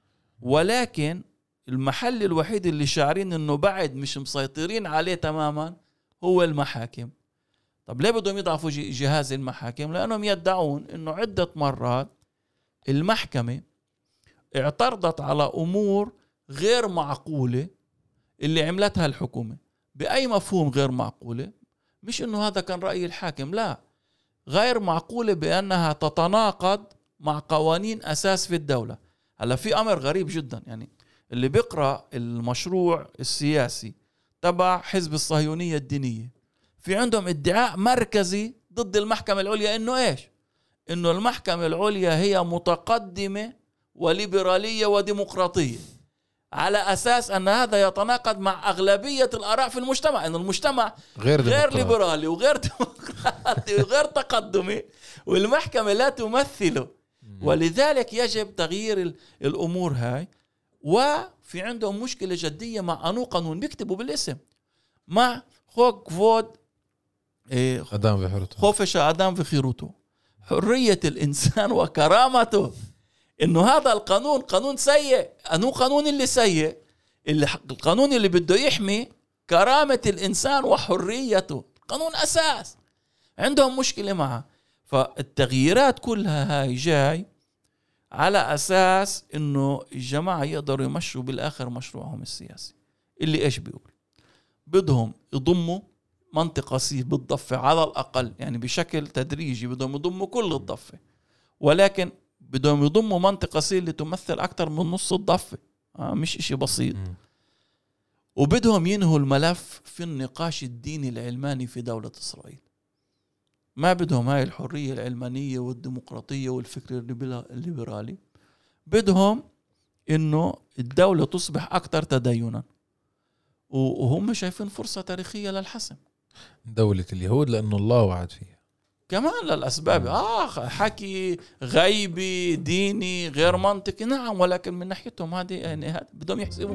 ولكن المحل الوحيد اللي شاعرين انه بعد مش مسيطرين عليه تماما هو المحاكم. طب ليه بدهم يضعفوا جهاز المحاكم؟ لانهم يدعون انه عدة مرات المحكمة اعترضت على امور غير معقولة اللي عملتها الحكومة. بأي مفهوم غير معقولة؟ مش انه هذا كان رأي الحاكم، لا، غير معقولة بأنها تتناقض مع قوانين أساس في الدولة. هلا في أمر غريب جدا، يعني اللي بيقرأ المشروع السياسي تبع حزب الصهيونية الدينية في عندهم ادعاء مركزي ضد المحكمة العليا، إنه إيش؟ إنه المحكمة العليا هي متقدمة وليبرالية وديمقراطية، على أساس أن هذا يتناقض مع أغلبية الآراء في المجتمع، إن المجتمع غير, غير ليبرالي وغير ديمقراطي وغير تقدمي، والمحكمة لا تمثله. ولذلك يجب تغيير الأمور هاي. وفي عندهم مشكلة جدية مع أنو قانون بيكتبوا بالاسم، مع خوك فود إيه أدام في حريته، خوفش أدام في خيروته، حرية الإنسان وكرامته. إنه هذا القانون قانون سيء. أنو قانون اللي سيء؟ اللي القانون اللي بده يحمي كرامة الإنسان وحريته، قانون أساس. عندهم مشكلة معه. فالتغييرات كلها هاي جاي على أساس إنه الجماعة يقدروا يمشوا بالآخر مشروعهم السياسي اللي إيش بيقول؟ بدهم يضموا منطقة سي بالضفة على الأقل، يعني بشكل تدريجي بدهم يضموا كل الضفة، ولكن بدهم يضموا منطقة سي اللي تمثل أكثر من نص الضفة. آه مش إشي بسيط. م. وبدهم ينهوا الملف في النقاش الديني العلماني في دولة إسرائيل. ما بدهم هاي الحرية العلمانية والديمقراطية والفكر الليبرالي. بدهم إنه الدولة تصبح أكثر تدينا، وهم شايفين فرصة تاريخية للحسم. دولة اليهود لأنه الله وعد فيها كمان للأسباب آه حكي غيبي ديني غير منطقي، نعم، ولكن من ناحيتهم هذه يعني بدهم يحسبوا.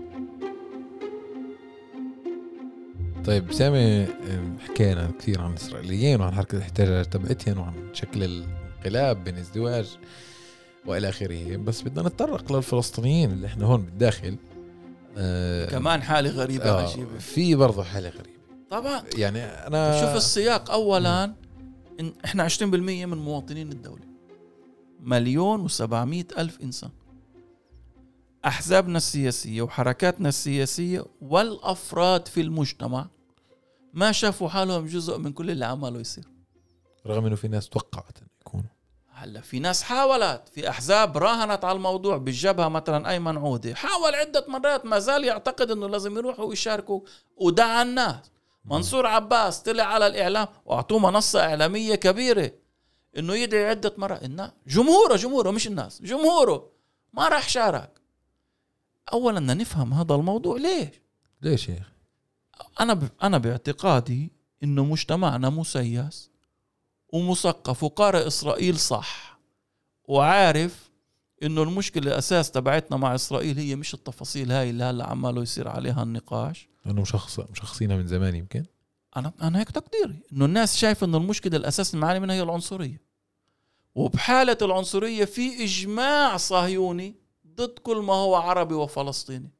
طيب سامي، حكينا كثير عن الإسرائيليين وعن حركة الاحتجاج تبعتهم وعن شكل الانقلاب بين ازدواج وإلى آخره، بس بدنا نتطرق للفلسطينيين اللي احنا هون بالداخل. آه كمان حالة غريبة آه عجيبة. في برضه حالة غريبة طبعا. يعني أنا شوف السياق. أولا إن احنا عشرين بالمية من مواطنين الدولة، مليون وسبعمائة ألف إنسان. أحزابنا السياسية وحركاتنا السياسية والأفراد في المجتمع ما شافوا حالهم جزء من كل اللي عمله يصير، رغم إنه في ناس توقعت أن يكونوا. هلا في ناس حاولت، في أحزاب راهنت على الموضوع بالجبهة، مثلا أيمن عودة حاول عدة مرات، ما زال يعتقد أنه لازم يروحوا ويشاركوا ودعا الناس. منصور عباس طلع على الإعلام وأعطوه منصة إعلامية كبيرة إنه يدعي عدة مرات. الناس جمهوره جمهوره مش الناس جمهوره ما راح شارك. أولا نفهم هذا الموضوع ليش ليش يا أخي؟ أنا ب... أنا باعتقادي إنه مجتمعنا مسيس ومثقف وقارئ إسرائيل صح، وعارف إنه المشكلة الأساس تبعتنا مع إسرائيل هي مش التفاصيل هاي اللي هلا عماله يصير عليها النقاش، لأنه مشخص مشخصينها من زمان. يمكن أنا أنا هيك تقديري إنه الناس شايفة إنه المشكلة الأساس المعاني منها هي العنصرية، وبحالة العنصرية في إجماع صهيوني ضد كل ما هو عربي وفلسطيني.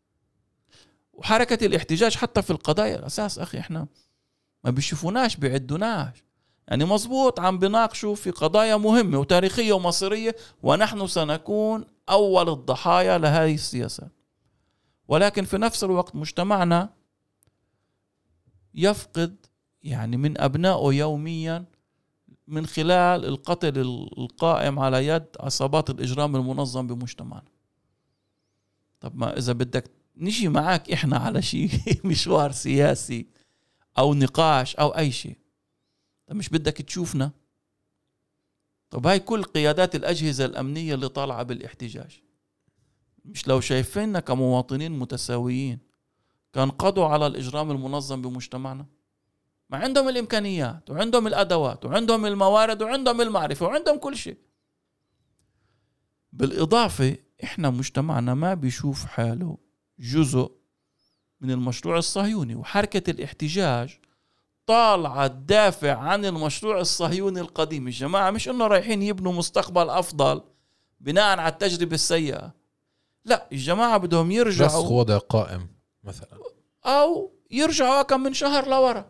وحركة الاحتجاج حتى في القضايا الأساس أخي إحنا ما بيشوفوناش بيعدوناش، يعني مزبوط عم بناقشوا في قضايا مهمة وتاريخية ومصيرية، ونحن سنكون أول الضحايا لهذه السياسات، ولكن في نفس الوقت مجتمعنا يفقد يعني من أبنائه يوميا من خلال القتل القائم على يد عصابات الإجرام المنظم بمجتمعنا. طب ما إذا بدك نجي معاك إحنا على شيء مشوار سياسي أو نقاش أو أي شيء، طب مش بدك تشوفنا؟ طب هاي كل قيادات الأجهزة الأمنية اللي طالعة بالاحتجاج مش لو شايفيننا كمواطنين متساويين كان قضوا على الإجرام المنظم بمجتمعنا؟ ما عندهم الإمكانيات وعندهم الأدوات وعندهم الموارد وعندهم المعرفة وعندهم كل شيء. بالإضافة إحنا مجتمعنا ما بيشوف حاله جزء من المشروع الصهيوني، وحركة الاحتجاج طالعة تدافع عن المشروع الصهيوني القديم. الجماعة مش إنه رايحين يبنوا مستقبل أفضل بناء على التجربة السيئة، لا، الجماعة بدهم يرجعوا رسخ وضع قائم مثلا، أو يرجعوا كم من شهر لورا.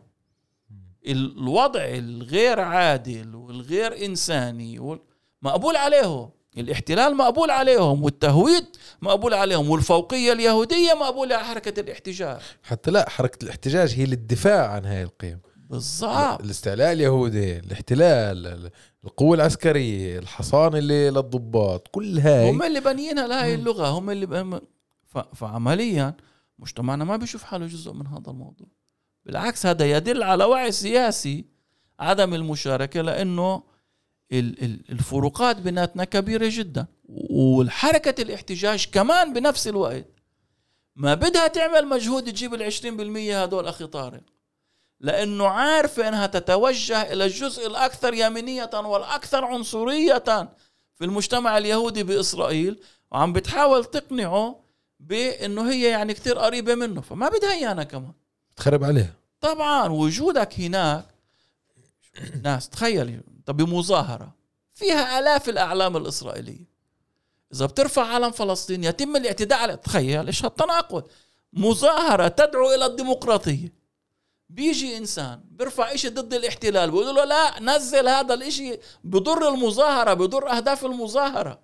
الوضع الغير عادل والغير إنساني مقبول عليهم، الاحتلال مقبول عليهم، والتهويد مقبول عليهم، والفوقية اليهودية مقبولة على حركة الاحتجاج. حتى لا، حركة الاحتجاج هي للدفاع عن هاي القيم بالضبط. الاستعلاء اليهودي، الاحتلال، القوة العسكرية، الحصانة اللي للضباط، كل هاي هم اللي بنيينها لهاي اللغة، هم اللي بهم... ف... فعمليا مجتمعنا ما بيشوف حاله جزء من هذا الموضوع. بالعكس، هذا يدل على وعي سياسي عدم المشاركة، لأنه الفروقات بيناتنا كبيرة جدا. والحركة الاحتجاج كمان بنفس الوقت ما بدها تعمل مجهود تجيب العشرين بالمية هدول أخي طارق، لأنه عارفة أنها تتوجه إلى الجزء الأكثر يمينية والأكثر عنصرية في المجتمع اليهودي بإسرائيل، وعم بتحاول تقنعه بأنه هي يعني كتير قريبة منه، فما بدها إيانا كمان تخرب عليها. طبعا وجودك هناك ناس، تخيل طب بمظاهرة فيها آلاف الأعلام الإسرائيلية، إذا بترفع علم فلسطين يتم الاعتداء عليه. تخيل إيش هالتناقض، مظاهرة تدعو إلى الديمقراطية، بيجي إنسان بيرفع إشي ضد الاحتلال بيقول له لا نزل هذا الإشي، بضر المظاهرة، بضر أهداف المظاهرة.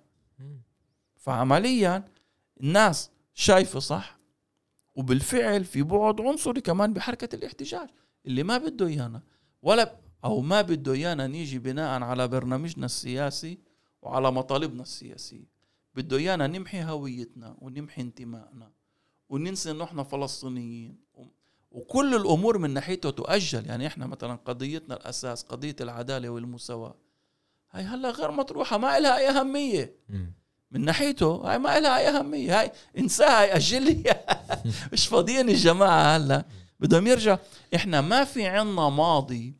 فعمليا الناس شايفة صح، وبالفعل في بعد عنصري كمان بحركة الاحتجاج اللي ما بده إيانا، ولا أو ما بده إيانا نيجي بناء على برنامجنا السياسي وعلى مطالبنا السياسية. بده إيانا نمحي هويتنا ونمحي انتمائنا وننسى إنه إحنا فلسطينيين، وكل الأمور من ناحيته تؤجل. يعني إحنا مثلا قضيتنا الأساس قضية العدالة والمساواة، هاي هلا غير مطروحة، ما إلها أي أهمية من ناحيته، هاي ما إلها أي أهمية، هاي انساها، هاي أجلها. مش فاضيين الجماعة هلا، بدهم يرجع. إحنا ما في عنا ماضي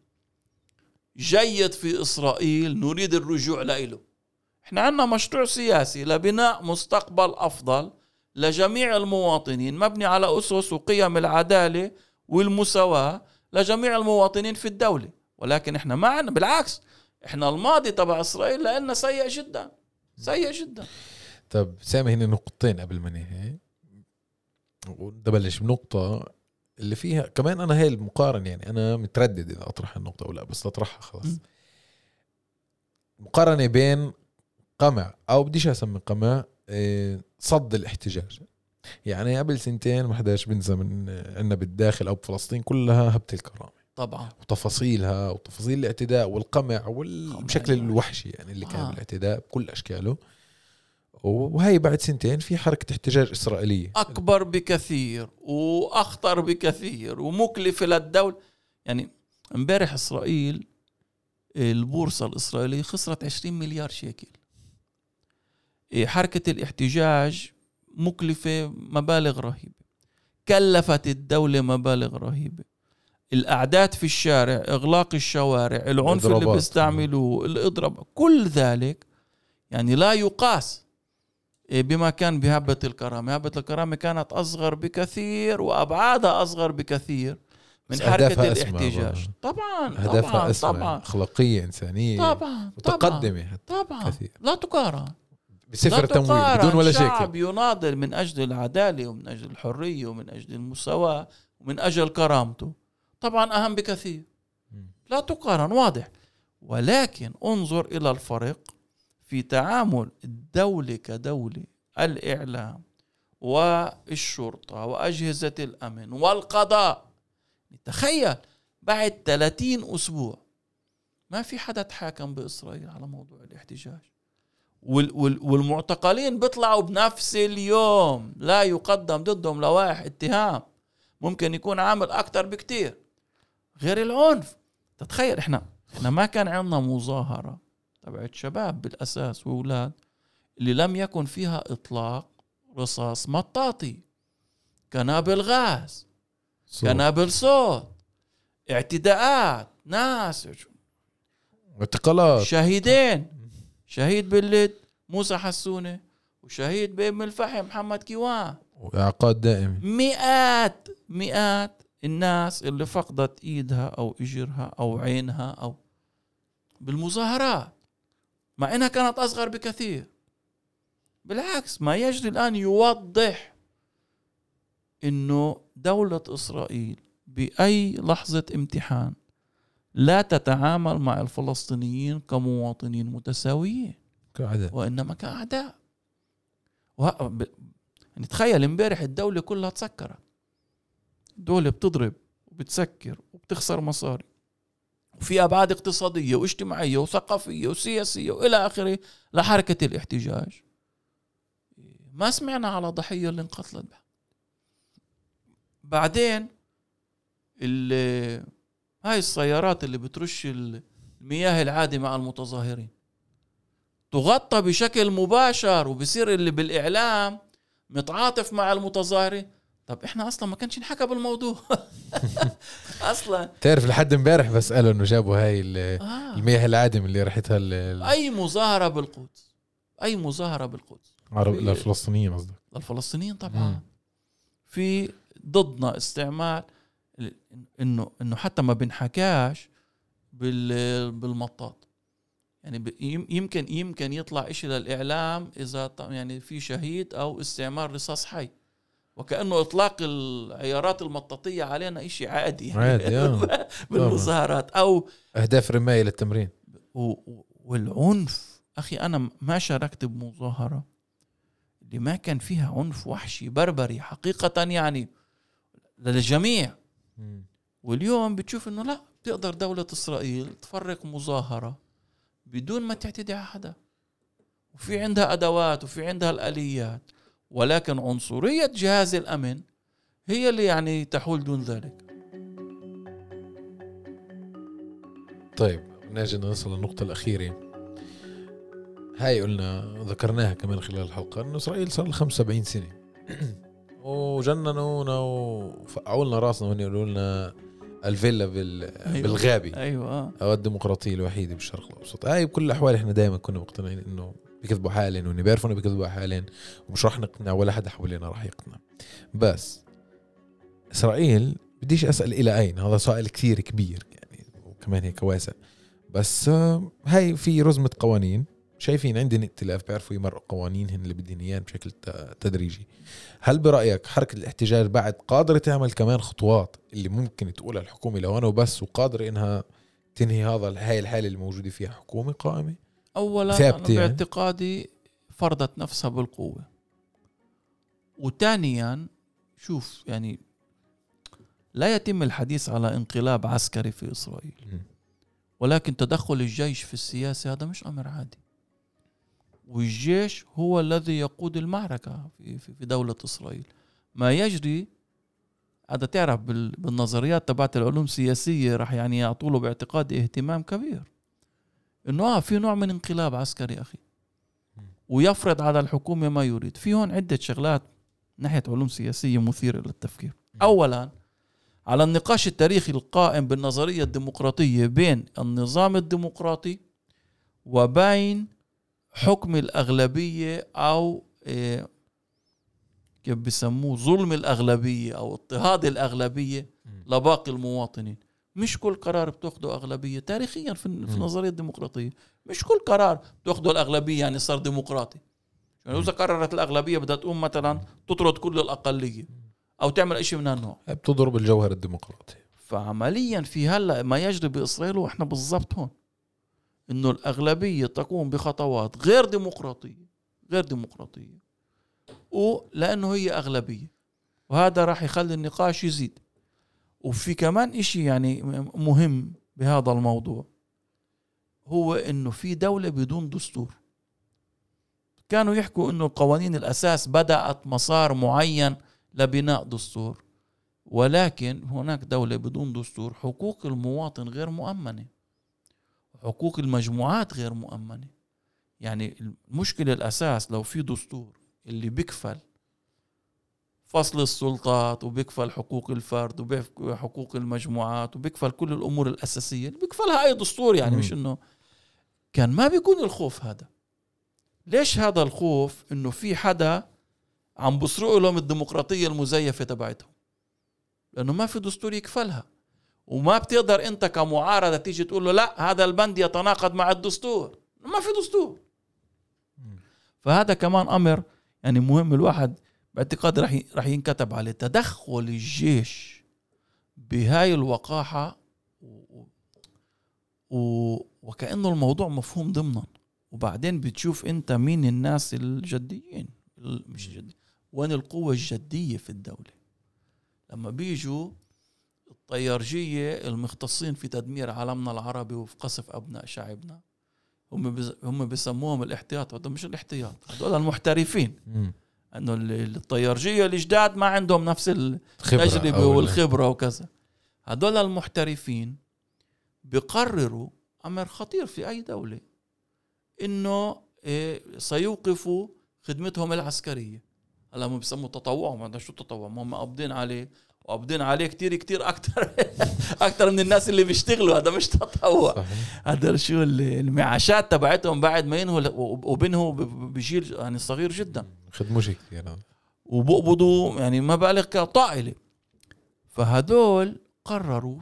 جيد في إسرائيل نريد الرجوع له. إحنا عنا مشروع سياسي لبناء مستقبل أفضل لجميع المواطنين مبني على أسس وقيم العدالة والمساواة لجميع المواطنين في الدولة، ولكن إحنا ما عنا، بالعكس إحنا الماضي تبع إسرائيل لأنه سيء جدا سيء جدا. طب سامي، هنا نقطتين قبل ما ننهي، ونبلش بنقطة اللي فيها كمان أنا هاي المقارنة، يعني أنا متردد إذا أطرح النقطة أو لا، بس أطرحها خلاص. م. مقارنة بين قمع أو بديش أسمي قمع صد الاحتجاج. يعني قبل سنتين ما حداش بنسى من عنا بالداخل أو بفلسطين كلها هبت الكرامة طبعا، وتفاصيلها وتفاصيل الاعتداء والقمع والشكل الوحشي يعني اللي كان آه. بالاعتداء بكل أشكاله. وهي بعد سنتين في حركة احتجاج إسرائيلية أكبر بكثير وأخطر بكثير ومكلفة للدولة. يعني امبارح إسرائيل البورصة الإسرائيلية خسرت عشرين مليار شيكل. حركة الاحتجاج مكلفة مبالغ رهيبة، كلفت الدولة مبالغ رهيبة، الأعداد في الشارع، إغلاق الشوارع، العنف اللي بيستعملوه، الإضراب، كل ذلك يعني لا يقاس بما كان بهبة الكرامة. هبة الكرامة كانت أصغر بكثير وأبعادها أصغر بكثير من حركة الاحتجاج. طبعا هدفها طبعا طبعا أخلاقية إنسانية طبعا متقدمة طبعا كثير. لا تقارن بصفر تمويل بدون ولا شيء. شعب يناضل من أجل العدالة ومن أجل الحرية ومن أجل المساواة ومن أجل كرامته، طبعا أهم بكثير، لا تقارن، واضح. ولكن انظر إلى الفرق في تعامل الدولة كدولة، الإعلام والشرطة وأجهزة الأمن والقضاء. تخيل بعد ثلاثين أسبوع ما في حدا تحاكم بإسرائيل على موضوع الاحتجاج، والمعتقلين بيطلعوا بنفس اليوم، لا يقدم ضدهم لوائح اتهام ممكن يكون عامل أكتر بكتير غير العنف. تتخيل احنا احنا ما كان عندنا مظاهرة تبعت شباب بالأساس وأولاد اللي لم يكن فيها إطلاق رصاص مطاطي، قنابل غاز، قنابل صوت، اعتداءات، ناس، اعتقالات، شهيدين، شهيد باللد موسى حسونة، وشهيد بأم الفحم محمد كيوان، وإعقاد دائم، مئات مئات الناس اللي فقدت ايدها او اجرها او عينها او بالمظاهرات مع انها كانت اصغر بكثير. بالعكس ما يجري الان يوضح انه دولة اسرائيل باي لحظة امتحان لا تتعامل مع الفلسطينيين كمواطنين متساويين كأعداء، وانما كأعداء. وه... ب... يعني تخيل امبارح الدولة كلها تسكرت، دولة بتضرب وبتسكر وبتخسر مصاري وفي أبعاد اقتصادية واجتماعية وثقافية وسياسية وإلى آخره لحركة الاحتجاج. ما سمعنا على ضحية اللي انقتلت بها. بعدين هاي السيارات اللي بترش المياه العادمة على المتظاهرين تغطى بشكل مباشر وبصير اللي بالإعلام متعاطف مع المتظاهرين. طب احنا اصلا ما كانش نحكى بالموضوع اصلا. تعرف لحد امبارح بسأله انه جابوا هاي آه. المياه العادم اللي ريحتها ال... اي مظاهرة بالقدس، اي مظاهرة بالقدس عرب... للفلسطينيين قصدك؟ للفلسطينيين طبعا. مم. في ضدنا استعمال انه انه حتى ما بنحكاش بال بالمطاط. يعني يمكن يمكن يطلع إشي للإعلام إذا يعني في شهيد أو استعمال رصاص حي، وكأنه إطلاق العيارات المطاطية علينا إشي عادي عادي يعني بالمظاهرات أو أهداف رماية للتمرين. والعنف أخي، أنا ما شاركت بمظاهرة اللي ما كان فيها عنف وحشي بربري حقيقة يعني للجميع. واليوم بتشوف إنه لا، بتقدر دولة إسرائيل تفرق مظاهرة بدون ما تعتدي على حدا، وفي عندها أدوات وفي عندها الآليات، ولكن عنصرية جهاز الأمن هي اللي يعني تحول دون ذلك. طيب نجي نوصل للنقطة الأخيرة هاي، قلنا ذكرناها كمان خلال الحلقة إنه إسرائيل صار لها خمسة وسبعين سنة وجننونا وفقعوا لنا راسنا وهن يقولوا لنا الفيلا بال... أيوة. بالغابي أيوة. أو الديمقراطية الوحيدة بالشرق الأوسط. هاي بكل الأحوال إحنا دائما كنا مقتنعين إنه بيكذبوا حالين وإنه بيعرفوا إنه بيكذبوا حالين ومش راح نقنع ولا حدا حوالينا راح يقنع. بس إسرائيل بديش أسأل إلى أين، هذا سؤال كثير كبير يعني وكمان هيك واسع، بس هاي في رزمة قوانين شايفين عندنا ائتلاف بيعرفوا يمرقوا قوانينهن اللي بدهن اياه بشكل تدريجي. هل برأيك حركة الاحتجاج بعد قادرة تعمل كمان خطوات اللي ممكن تقولها الحكومة لو أنا وبس، وقادرة إنها تنهي هذا هاي الحالة اللي موجودة فيها حكومة قائمة؟ أولا أنا باعتقادي فرضت نفسها بالقوة، وثانيا شوف يعني لا يتم الحديث على انقلاب عسكري في إسرائيل، ولكن تدخل الجيش في السياسة هذا مش أمر عادي، والجيش هو الذي يقود المعركة في في دولة إسرائيل. ما يجري هذا تعرف بالنظريات تبعت العلوم السياسية راح يعني يعطوله باعتقادي اهتمام كبير، إنه آه في نوع من انقلاب عسكري أخي ويفرض على الحكومة ما يريد. في هون عدة شغلات ناحية علوم سياسية مثيرة للتفكير. أولا على النقاش التاريخي القائم بالنظرية الديمقراطية بين النظام الديمقراطي وبين حكم الأغلبية أو إيه كيف بيسموه ظلم الأغلبية أو اضطهاد الأغلبية لباقي المواطنين. مش كل قرار بتأخده أغلبية تاريخيا في النظرية الديمقراطية، مش كل قرار بتأخده الأغلبية يعني صار ديمقراطي. يعني إذا قررت الأغلبية بدها تقوم مثلا تطرد كل الأقلية أو تعمل إشي من هالنوع، بتضرب الجوهر الديمقراطي. فعمليا في هلأ ما يجري بإسرائيل وإحنا بالضبط هون، إنه الأغلبية تقوم بخطوات غير ديمقراطية غير ديمقراطية ولأنه هي أغلبية، وهذا راح يخلي النقاش يزيد. وفي كمان إشي يعني مهم بهذا الموضوع، هو إنه في دولة بدون دستور. كانوا يحكوا إنه القوانين الأساس بدأت مسار معين لبناء دستور، ولكن هناك دولة بدون دستور حقوق المواطن غير مؤمنة، حقوق المجموعات غير مؤمنة. يعني المشكلة الأساس لو في دستور اللي بيكفل فصل السلطات وبيكفل حقوق الفرد وبيكفل حقوق المجموعات وبيكفل كل الأمور الأساسية اللي بيكفلها أي دستور، يعني مش إنه كان ما بيكون الخوف هذا. ليش هذا الخوف؟ إنه في حدا عم بسرقوا لهم الديمقراطية المزيفة تبعتهم. لأنه ما في دستور يكفلها، وما بتقدر أنت كمعارضة تيجي تقول له لا هذا البند يتناقض مع الدستور، ما في دستور. فهذا كمان أمر يعني مهم، الواحد باعتقاد رح رح ينكتب عليه تدخل الجيش بهاي الوقاحة، و... و... وكأنه الموضوع مفهوم ضمنا. وبعدين بتشوف أنت مين الناس الجديين، مش جدي، وين القوة الجدية في الدولة. لما بيجوا الطيارجية المختصين في تدمير عالمنا العربي وفي قصف أبناء شعبنا، هم بز... هم بيسموهم الاحتياط، هذا مش الاحتياط، هذول المحترفين. انه الطيارجية الجداد ما عندهم نفس التجربة والخبرة وكذا. هذول المحترفين بيقرروا امر خطير في اي دولة، انه إيه سيوقفوا خدمتهم العسكرية. هلا هم بيسموه تطوع، ما شو تطوع، هم قابضين عليه وقابضين عليه كتير كتير اكتر اكتر من الناس اللي بيشتغلوا. هذا مش تطوع، هذا شو المعاشات تبعتهم بعد ما ينهوا وبينهوا بجيل يعني صغير جدا، خدموش كتير وبقبضوا يعني ما بالغ كطائلة. فهدول قرروا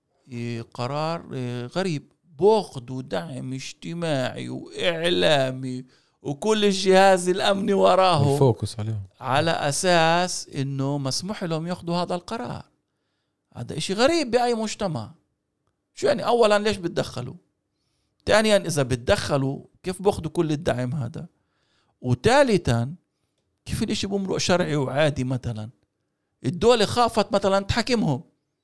قرار غريب، باخدوا دعم اجتماعي واعلامي وكل الجهاز الامني وراه، الفوكس عليهم، على اساس انه مسموح لهم ياخذوا هذا القرار. هذا اشي غريب باي مجتمع. شو يعني؟ اولا ليش بتدخلوا؟ ثانيا اذا بتدخلوا كيف باخذوا كل الدعم هذا؟ وثالثا كيف الاشي بمرق شرعي وعادي؟ مثلا الدولة خافت مثلا تحكمهم،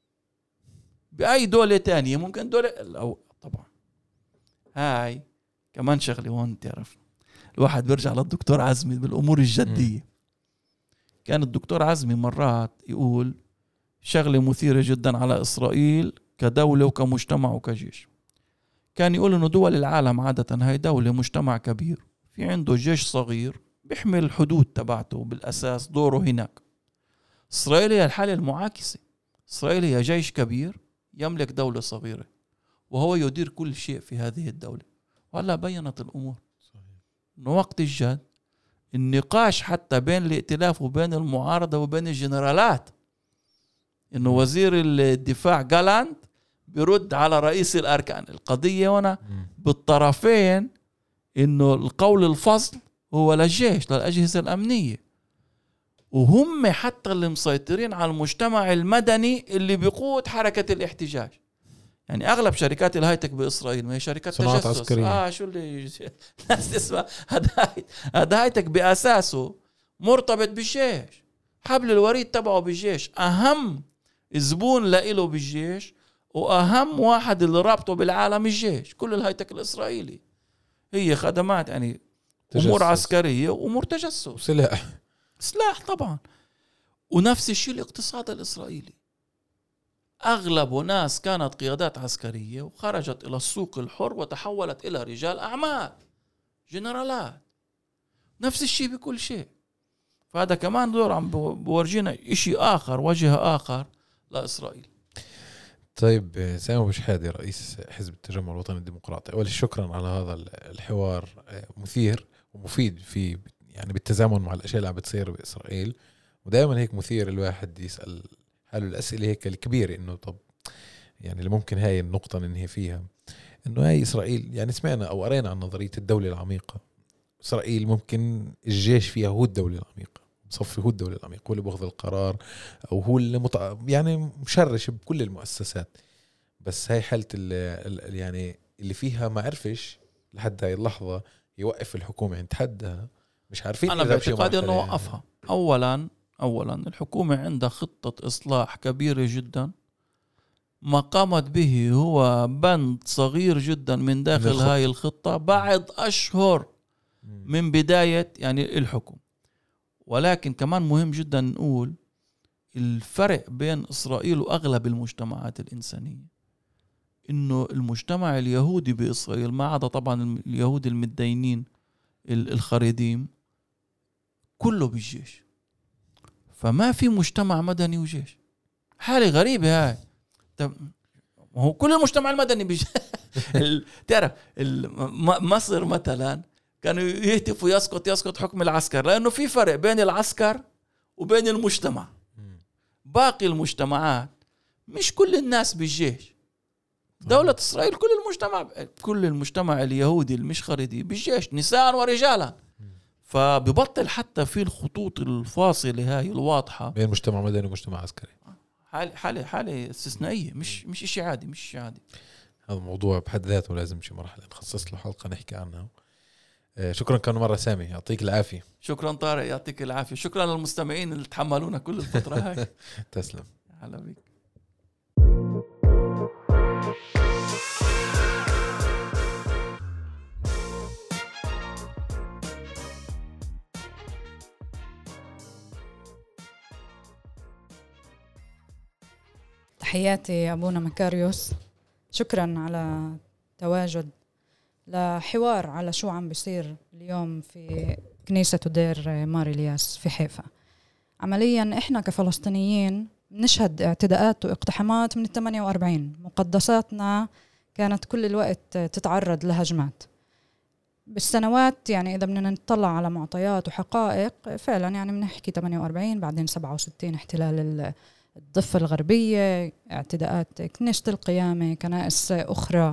باي دولة تانية ممكن دولة أو طبعا هاي كمان شغلة هون تعرف، الواحد بيرجع للدكتور عزمي بالأمور الجدية. كان الدكتور عزمي مرات يقول شغلة مثيرة جدا على إسرائيل كدولة وكمجتمع وكجيش. كان يقول إنه دول العالم عادة هاي دولة مجتمع كبير في عنده جيش صغير بيحمل الحدود تبعته بالأساس دوره هناك. إسرائيل هي الحالة المعاكسة، إسرائيل هي جيش كبير يملك دولة صغيرة وهو يدير كل شيء في هذه الدولة. وهلا بينت الأمور إنه وقت الجد النقاش حتى بين الائتلاف وبين المعارضة وبين الجنرالات، إنه وزير الدفاع جالانت بيرد على رئيس الأركان. القضية هنا بالطرفين إنه القول الفصل هو للجيش للأجهزة الأمنية، وهم حتى اللي مسيطرين على المجتمع المدني اللي بيقود حركة الاحتجاج. يعني أغلب شركات الهايتك بإسرائيل ما هي شركات تجسس عسكرية. آه شو اللي ناس تسمع هذا هايتك بأساسه مرتبط بالجيش، حبل الوريد تبعه بالجيش، أهم زبون لإله بالجيش، وأهم واحد اللي رابطه بالعالم الجيش. كل الهايتك الإسرائيلي هي خدمات يعني تجسس. أمور عسكرية وأمور تجسس، سلاح سلاح طبعا. ونفس الشيء الاقتصاد الإسرائيلي، أغلب ناس كانت قيادات عسكرية وخرجت إلى السوق الحر وتحولت إلى رجال أعمال جنرالات. نفس الشيء بكل شيء. فهذا كمان دور عم بورجينا إشي آخر، وجه آخر لإسرائيل. طيب سامي بشحادي رئيس حزب التجمع الوطني الديمقراطي، أول شكرا على هذا الحوار مثير ومفيد في يعني بالتزامن مع الأشياء اللي عم بتصير بإسرائيل. ودائما هيك مثير الواحد يسأل حاله الأسئلة هيك الكبيرة، إنه طب يعني اللي ممكن هاي النقطة ننهي فيها، إنه هاي إسرائيل يعني سمعنا أو قرينا عن نظرية الدولة العميقة. إسرائيل ممكن الجيش فيها هو الدولة العميقة، بصفي هو الدولة العميقة، هو اللي بأخذ القرار أو هو اللي متع... يعني مشرش بكل المؤسسات. بس هاي حالة ال... يعني اللي فيها ما عرفش لحد هاي اللحظة يوقف الحكومة عند حدها، مش عارفين. أنا باعتقادي أنه وقفها. أولا أولا الحكومة عندها خطة إصلاح كبيرة جدا، ما قامت به هو بند صغير جدا من داخل من هاي الخطة بعد أشهر من بداية يعني الحكم. ولكن كمان مهم جدا نقول الفرق بين إسرائيل وأغلب المجتمعات الإنسانية، إنه المجتمع اليهودي بإسرائيل ما عدا طبعا اليهود المتدينين الخريديم كله بالجيش، فما في مجتمع مدني وجيش. حالة غريبة هاي. هو كل المجتمع المدني بيجي تعرف مصر مثلا كانوا يهتفوا يسقط يسقط حكم العسكر، لأنه في فرق بين العسكر وبين المجتمع. باقي المجتمعات مش كل الناس بالجيش. دولة إسرائيل كل المجتمع كل المجتمع اليهودي المش خريدي بالجيش نساء ورجالا، فببطل حتى في الخطوط الفاصلة هاي الواضحة بين مجتمع مدني ومجتمع عسكري. حالة حالة حالة استثنائية، مش مش إشي عادي مش إشي عادي. هذا موضوع بحد ذاته لازم شي مرحلة نخصص له حلقة نحكي عنها. شكرا كان مرة سامي، يعطيك العافية. شكرا طارق، يعطيك العافية. شكرا للمستمعين اللي تحملونا كل الفترة هاي. تسلم. هلا بيك. تحياتي أبونا مكاريوس، شكرا على تواجد لحوار على شو عم بيصير اليوم في كنيسة ودير مار إلياس في حيفا. عمليا إحنا كفلسطينيين نشهد اعتداءات واقتحامات من الثمانية وأربعين، مقدساتنا كانت كل الوقت تتعرض لهجمات بالسنوات. يعني إذا بدنا نطلع على معطيات وحقائق فعلا يعني بنحكي ثمانية وأربعين، بعدين سبعة وستين احتلال الضفة الغربية، اعتداءات كنيسة القيامة، كنائس أخرى،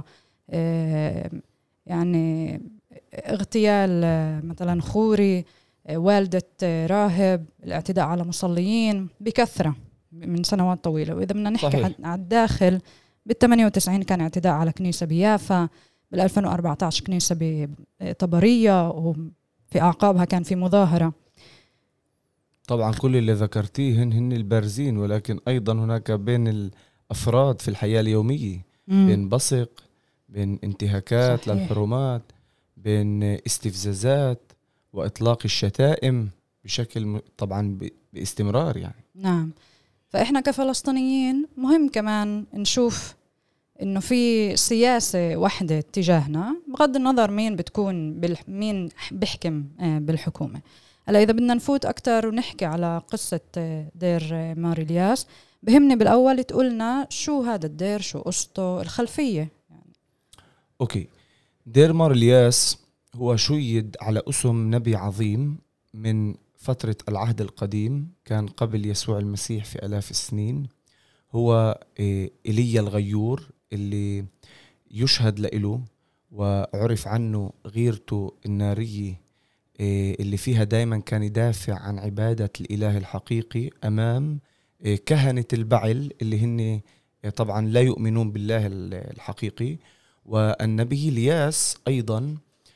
يعني اغتيال مثلا خوري والدة راهب، الاعتداء على مصليين بكثرة من سنوات طويلة. وإذا بدنا نحكي صحيح. على الداخل بالثمانية وتسعين كان اعتداء على كنيسة بيافا، بالألفين وأربعة عشر كنيسة بطبرية، وفي أعقابها كان في مظاهرة. طبعا كل اللي ذكرتيه هن البارزين، ولكن أيضا هناك بين الأفراد في الحياة اليومية مم. بين بصق، بين انتهاكات صحيح. للحرمات، بين استفزازات وإطلاق الشتائم بشكل طبعا باستمرار يعني. نعم، فإحنا كفلسطينيين مهم كمان نشوف إنه في سياسة واحدة تجاهنا بغض النظر مين بتكون بالح... مين بحكم بالحكومة. هلا إذا بدنا نفوت أكتر ونحكي على قصة دير مار إلياس، بهمني بالأول تقولنا شو هذا الدير، شو قصته، الخلفية يعني. أوكي، دير مار إلياس هو شيد على اسم نبي عظيم من فترة العهد القديم، كان قبل يسوع المسيح في آلاف السنين. هو إيليا الغيور اللي يشهد له وعرف عنه غيرته النارية اللي فيها دايما كان يدافع عن عبادة الإله الحقيقي أمام كهنة البعل اللي هن طبعا لا يؤمنون بالله الحقيقي. والنبي إلياس أيضا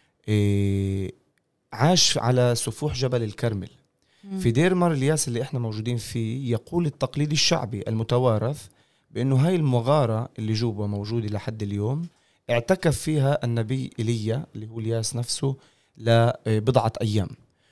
عاش على سفوح جبل الكرمل. في دير مار إلياس اللي احنا موجودين فيه يقول التقليد الشعبي المتوارث بأنه هاي المغارة اللي جوبها موجودة لحد اليوم اعتكف فيها النبي إيليا اللي هو إلياس نفسه لبضعة أيام.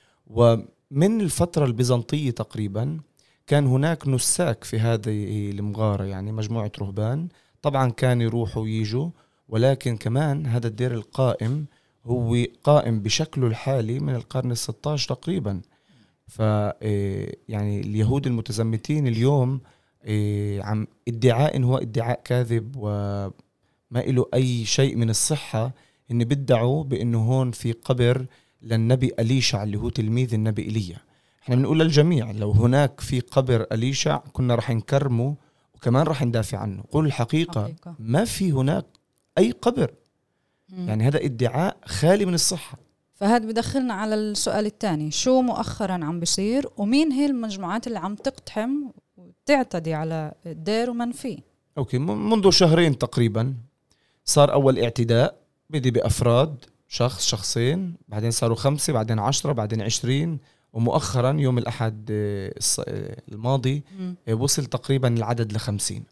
ومن الفترة البيزنطية تقريبا كان هناك نساك في هذه المغارة، يعني مجموعة رهبان طبعا كانوا يروحوا ويجوا، ولكن كمان هذا الدير القائم هو قائم بشكله الحالي من القرن الستة عشر تقريبا. ف يعني اليهود المتزمتين اليوم عم ادعاء إن هو ادعاء كاذب وما له أي شيء من الصحة، إن بدعوا بأنه هون في قبر للنبي أليشع اللي هو تلميذ النبي إيليا. احنا بنقول للجميع لو هناك في قبر أليشع كنا رح نكرمه وكمان رح ندافع عنه. قول الحقيقة حقيقة. ما في هناك أي قبر. مم. يعني هذا ادعاء خالي من الصحة. فهذا بدخلنا على السؤال الثاني، شو مؤخرا عم بيصير ومين هي المجموعات اللي عم تقتحم وتعتدي على الدير ومن فيه؟ أوكي، منذ شهرين تقريبا صار أول اعتداء، بدي بأفراد، شخص شخصين، بعدين صاروا خمسة، بعدين عشرة، بعدين عشرين، ومؤخرا يوم الأحد الماضي م. وصل تقريبا العدد لخمسين.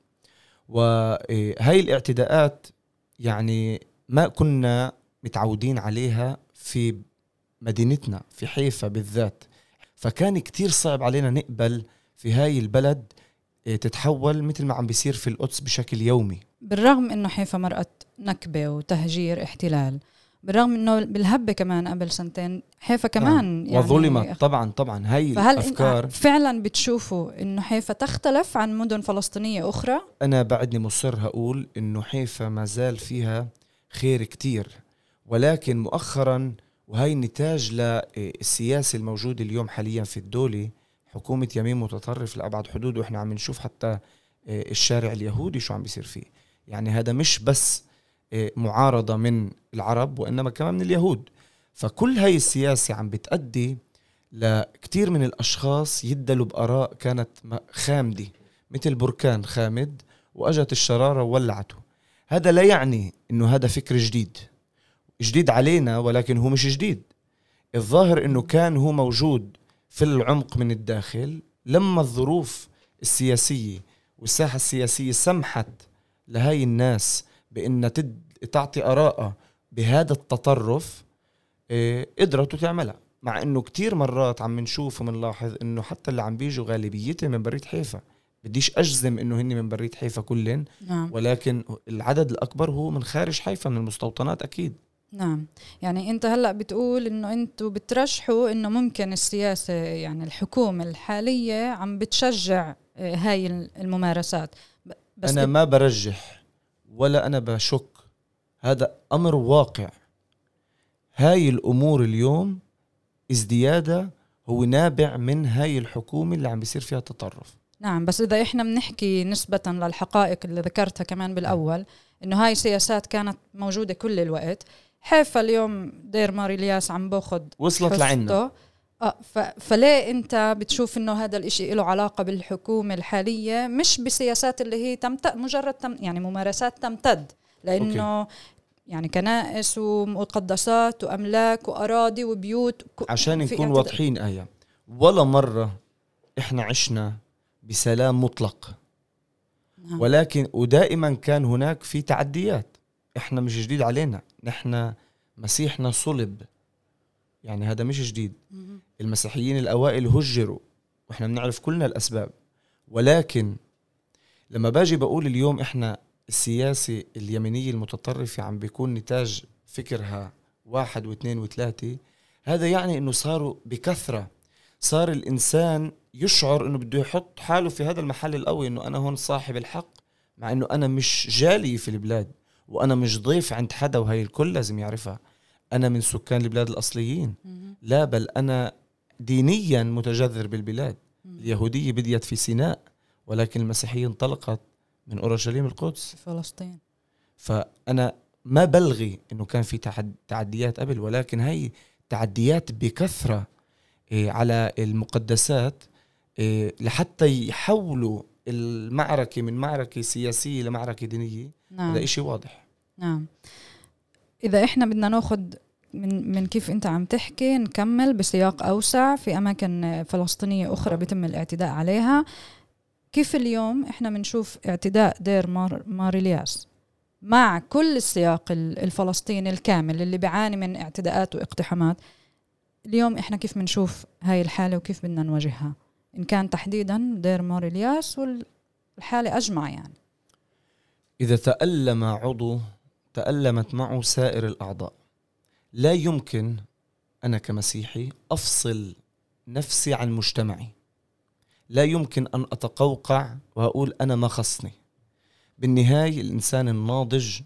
وهاي الاعتداءات يعني ما كنا متعودين عليها في مدينتنا في حيفا بالذات، فكان كتير صعب علينا نقبل في هاي البلد تتحول مثل ما عم بيصير في القدس بشكل يومي. بالرغم إنه حيفا مرقت نكبة وتهجير احتلال، بالرغم إنه بالهبة كمان قبل سنتين حيفا كمان آه. يعني وظلمت طبعا طبعا هاي الأفكار. فعلا بتشوفوا إنه حيفا تختلف عن مدن فلسطينية أخرى؟ أنا بعدني مصر هقول إنه حيفا ما زال فيها خير كتير، ولكن مؤخرا وهي نتاج للسياسة الموجودة اليوم حاليا في الدولة، حكومة يمين متطرف لأبعد حدود، وإحنا عم نشوف حتى الشارع اليهودي شو عم بيصير فيه. يعني هذا مش بس معارضة من العرب وإنما كمان من اليهود. فكل هاي السياسة عم بتأدي لكتير من الأشخاص يدلوا بآراء كانت خامدة مثل بركان خامد وأجت الشرارة وولعته. هذا لا يعني إنه هذا فكر جديد جديد علينا، ولكن هو مش جديد. الظاهر إنه كان هو موجود في العمق من الداخل لما الظروف السياسية والساحة السياسية سمحت لهاي الناس بأن تعطي آراء بهذا التطرف، إيه قدرت تعملها. مع إنه كتير مرات عم نشوف ومنلاحظ إنه حتى اللي عم بيجوا غالبيته من بريد حيفا. بديش أجزم إنه هني من بريد حيفا كلن، نعم. ولكن العدد الأكبر هو من خارج حيفا من المستوطنات أكيد. نعم. يعني أنت هلأ بتقول إنه أنتوا بترشحوا إنه ممكن السياسة يعني الحكومة الحالية عم بتشجع هاي الممارسات. بس أنا ما برجح ولا أنا بشك، هذا أمر واقع. هاي الأمور اليوم ازديادة هو نابع من هاي الحكومة اللي عم بيصير فيها تطرف. نعم. بس إذا إحنا بنحكي نسبة للحقائق اللي ذكرتها كمان بالأول إنه هاي سياسات كانت موجودة كل الوقت. حيفا اليوم دير مار إلياس عم باخد وصلت لعنا. آه فليه أنت بتشوف إنه هذا الإشي له علاقة بالحكومة الحالية مش بسياسات اللي هي تمتد مجرد تم يعني ممارسات تمتد؟ لأنه أوكي. يعني كنائس ومقدسات وأملاك وأراضي وبيوت عشان نكون واضحين آية، ولا مرة إحنا عشنا بسلام مطلق. نعم. ولكن ودائما كان هناك في تعديات. إحنا مش جديد علينا، نحن مسيحنا صلب، يعني هذا مش جديد. م- المسيحيين الأوائل هجروا وإحنا بنعرف كلنا الأسباب. ولكن لما باجي بقول اليوم إحنا السياسة اليمينية المتطرفة عم بيكون نتاج فكرها واحد واثنين وثلاثة، هذا يعني إنه صاروا بكثرة. صار الإنسان يشعر إنه بده يحط حاله في هذا المحل القوي، إنه أنا هون صاحب الحق، مع إنه أنا مش جالي في البلاد وأنا مش ضيف عند حدا. وهي الكل لازم يعرفها، أنا من سكان البلاد الأصليين. لا بل أنا دينيا متجذر بالبلاد. اليهودية بديت في سيناء، ولكن المسيحية انطلقت من أورشليم القدس في فلسطين. فأنا ما بلغي إنه كان في تعديات قبل، ولكن هاي تعديات بكثرة على المقدسات لحتى يحولوا المعركة من معركة سياسية لمعركة دينية. نعم. هذا إشي واضح. نعم. إذا إحنا بدنا ناخد من من كيف أنت عم تحكي نكمل بسياق أوسع في أماكن فلسطينية أخرى بيتم الاعتداء عليها، كيف اليوم إحنا بنشوف اعتداء دير مار, مار إلياس مع كل السياق الفلسطيني الكامل اللي بيعاني من اعتداءات واقتحامات. اليوم إحنا كيف بنشوف هاي الحالة وكيف بدنا نواجهها، إن كان تحديدا دير مار إلياس والحالة أجمع. يعني إذا تألم عضو تألمت معه سائر الأعضاء. لا يمكن أنا كمسيحي أفصل نفسي عن مجتمعي. لا يمكن أن أتقوقع وأقول أنا ما خصني. بالنهاية الإنسان الناضج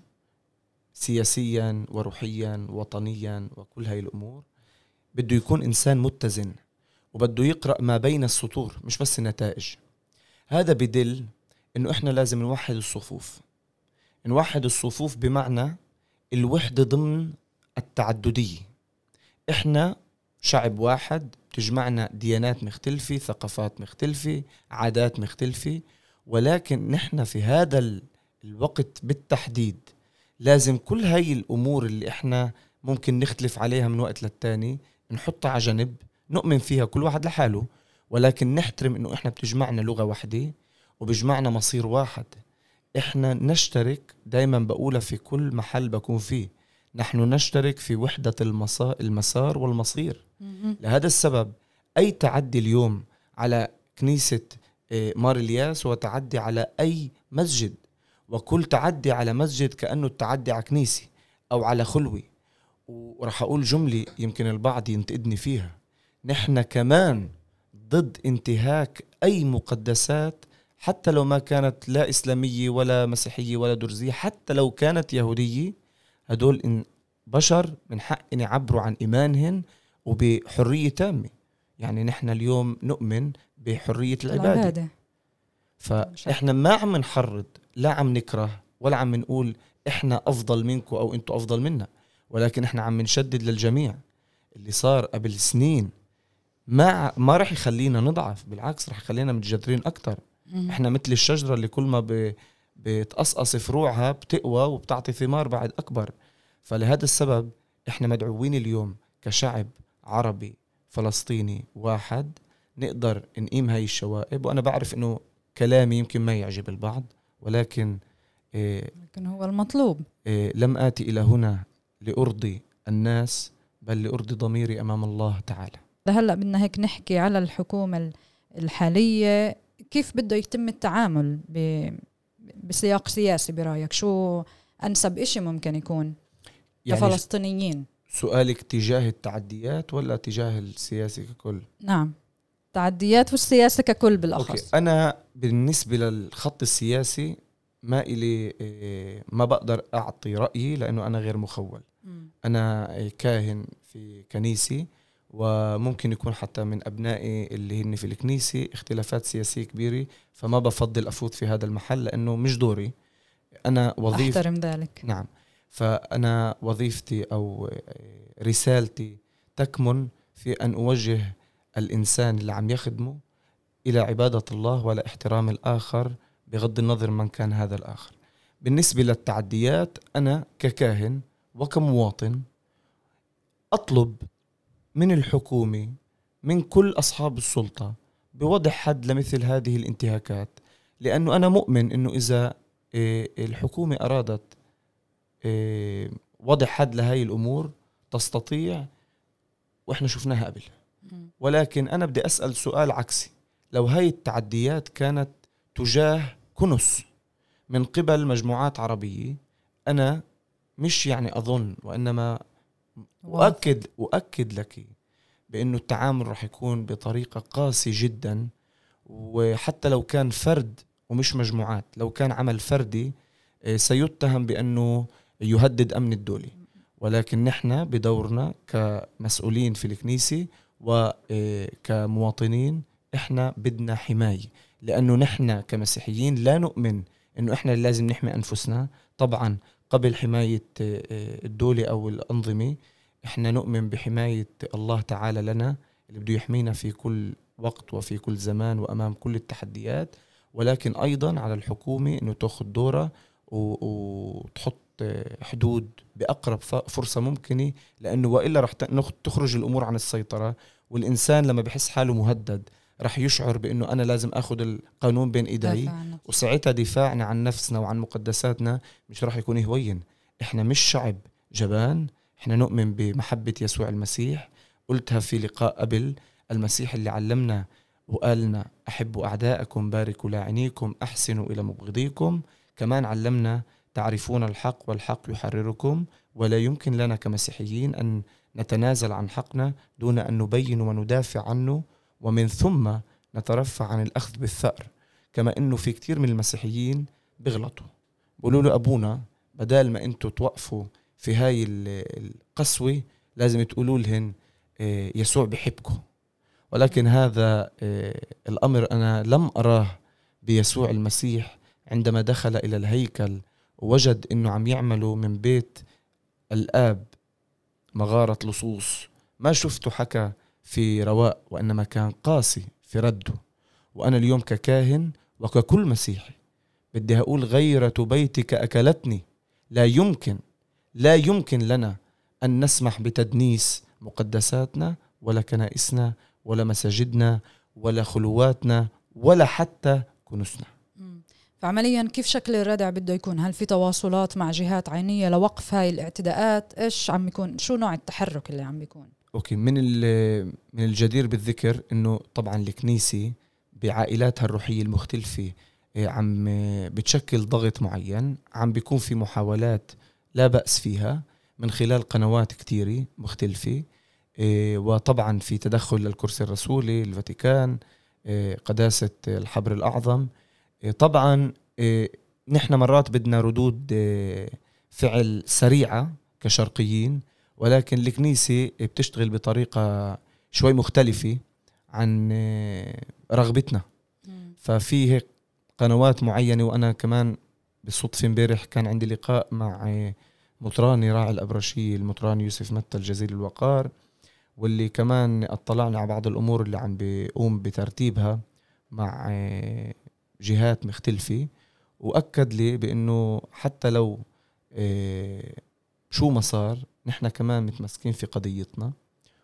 سياسيا وروحيا وطنيا وكل هاي الأمور بده يكون إنسان متزن، وبده يقرأ ما بين السطور مش بس النتائج. هذا بدل إنه إحنا لازم نوحد الصفوف. نوحد الصفوف بمعنى الوحدة ضمن التعددية. إحنا شعب واحد تجمعنا ديانات مختلفة، ثقافات مختلفة، عادات مختلفة، ولكن نحن في هذا الوقت بالتحديد لازم كل هاي الأمور اللي إحنا ممكن نختلف عليها من وقت للتاني نحطها على جنب، نؤمن فيها كل واحد لحاله، ولكن نحترم إنه إحنا بتجمعنا لغة واحدة وبجمعنا مصير واحد. إحنا نشترك، دايما بقولها في كل محل بكون فيه، نحن نشترك في وحدة المسار والمصير. لهذا السبب أي تعدي اليوم على كنيسة مار إلياس هو تعدي على أي مسجد، وكل تعدي على مسجد كأنه التعدي على كنيسة أو على خلوة. ورح أقول جملة يمكن البعض ينتقدني فيها، نحن كمان ضد انتهاك أي مقدسات حتى لو ما كانت لا إسلامية ولا مسيحية ولا درزية، حتى لو كانت يهودية. هدول إن بشر من حق إن يعبروا عن إيمانهن وبحرية تامة. يعني نحن اليوم نؤمن بحرية العبادة, العبادة. فإحنا ما عم نحرض لا عم نكره ولا عم نقول إحنا أفضل منكم أو أنتوا أفضل منا, ولكن إحنا عم نشدد للجميع. اللي صار قبل سنين ما ما رح يخلينا نضعف, بالعكس رح يخلينا متجذرين أكتر. إحنا مثل الشجرة اللي كل ما ب... بتقصقص فروعها بتقوى وبتعطي ثمار بعد أكبر. فلهذا السبب إحنا مدعوين اليوم كشعب عربي فلسطيني واحد نقدر نقيم هاي الشوائب. وأنا بعرف إنه كلامي يمكن ما يعجب البعض, ولكن إيه لكن هو المطلوب. إيه لم آتي إلى هنا لأرضي الناس بل لأرضي ضميري أمام الله تعالى. هلأ بدنا هيك نحكي على الحكومة الحالية, كيف بده يتم التعامل ب... بسياق سياسي برأيك؟ شو أنسب إشي ممكن يكون يعني كفلسطينيين؟ سؤالك تجاه التعديات ولا تجاه السياسة ككل؟ نعم, تعديات والسياسة ككل بالأخص. أوكي. أنا بالنسبة للخط السياسي ما إلي ما بقدر أعطي رأيي لأنه أنا غير مخول. م. أنا كاهن في كنيسي, وممكن يكون حتى من أبنائي اللي هن في الكنيسة اختلافات سياسية كبيرة, فما بفضل أفوت في هذا المحل لأنه مش دوري. أنا وظيفة أحترم ذلك. نعم, فأنا وظيفتي أو رسالتي تكمن في أن أوجه الإنسان اللي عم يخدمه إلى عبادة الله ولا احترام الآخر بغض النظر من كان هذا الآخر. بالنسبة للتعديات, أنا ككاهن وكمواطن أطلب من الحكومة من كل أصحاب السلطة بوضع حد لمثل هذه الانتهاكات, لأنه أنا مؤمن أنه إذا الحكومة أرادت وضع حد لهاي الأمور تستطيع, وإحنا شفناها قبل. ولكن أنا بدي أسأل سؤال عكسي. لو هاي التعديات كانت تجاه كنس من قبل مجموعات عربية, أنا مش يعني أظن وإنما أؤكد, أؤكد لك بأنه التعامل رح يكون بطريقة قاسية جدا. وحتى لو كان فرد ومش مجموعات, لو كان عمل فردي سيتهم بأنه يهدد أمن الدولة. ولكن نحن بدورنا كمسؤولين في الكنيسة وكمواطنين إحنا بدنا حماية, لأنه نحن كمسيحيين لا نؤمن أنه إحنا لازم نحمي أنفسنا. طبعا قبل حماية الدولة أو الأنظمة إحنا نؤمن بحماية الله تعالى لنا اللي بده يحمينا في كل وقت وفي كل زمان وأمام كل التحديات. ولكن أيضا على الحكومة أنه تأخذ دورة وتحط حدود بأقرب فرصة ممكنة, لأنه وإلا رح تخرج الأمور عن السيطرة. والإنسان لما بحس حاله مهدد رح يشعر بأنه أنا لازم أخذ القانون بين إيدي, وساعتها دفاعنا عن نفسنا وعن مقدساتنا مش رح يكون هوين. إحنا مش شعب جبان, إحنا نؤمن بمحبة يسوع المسيح. قلتها في لقاء قبل, المسيح اللي علمنا وقالنا أحبوا أعداءكم, باركوا لاعنيكم, أحسنوا إلى مبغضيكم. كمان علمنا تعرفون الحق والحق يحرركم. ولا يمكن لنا كمسيحيين أن نتنازل عن حقنا دون أن نبين وندافع عنه, ومن ثم نترفع عن الأخذ بالثأر. كما أنه في كتير من المسيحيين بغلطوا, بقولوا له أبونا بدال ما أنتوا توقفوا في هاي القسوة لازم تقولوا لهن يسوع بحبكم. ولكن هذا الأمر أنا لم أراه بيسوع المسيح عندما دخل إلى الهيكل ووجد أنه عم يعملوا من بيت الآب مغارة لصوص. ما شفته حكى في رواء, وإنما كان قاسي في رده. وأنا اليوم ككاهن وككل مسيحي بدي أقول غيرة بيتك أكلتني. لا يمكن لا يمكن لنا أن نسمح بتدنيس مقدساتنا ولا كنائسنا ولا مساجدنا ولا خلواتنا ولا حتى كنسنا. فعمليا كيف شكل الردع بده يكون؟ هل في تواصلات مع جهات عينية لوقف هاي الاعتداءات؟ إيش عم يكون؟ شو نوع التحرك اللي عم يكون؟ أوكي, من من الجدير بالذكر إنه طبعا الكنيسة بعائلاتها الروحية المختلفة عم بتشكل ضغط معين, عم بيكون في محاولات لا بأس فيها من خلال قنوات كتيرة مختلفة, وطبعا في تدخل للكرسي الرسولي, الفاتيكان, قداسة الحبر الأعظم. طبعا نحن مرات بدنا ردود فعل سريعة كشرقيين, ولكن الكنيسة بتشتغل بطريقة شوي مختلفة عن رغبتنا. ففي هيك قنوات معينة. وأنا كمان بالصدفة امبارح كان عندي لقاء مع مطراني راعي الأبرشية المطران يوسف متى الجزيل الوقار، واللي كمان اطلعنا على بعض الأمور اللي عم بيقوم بترتيبها مع جهات مختلفة، وأكد لي بأنه حتى لو شو ما صار نحن كمان متمسكين في قضيتنا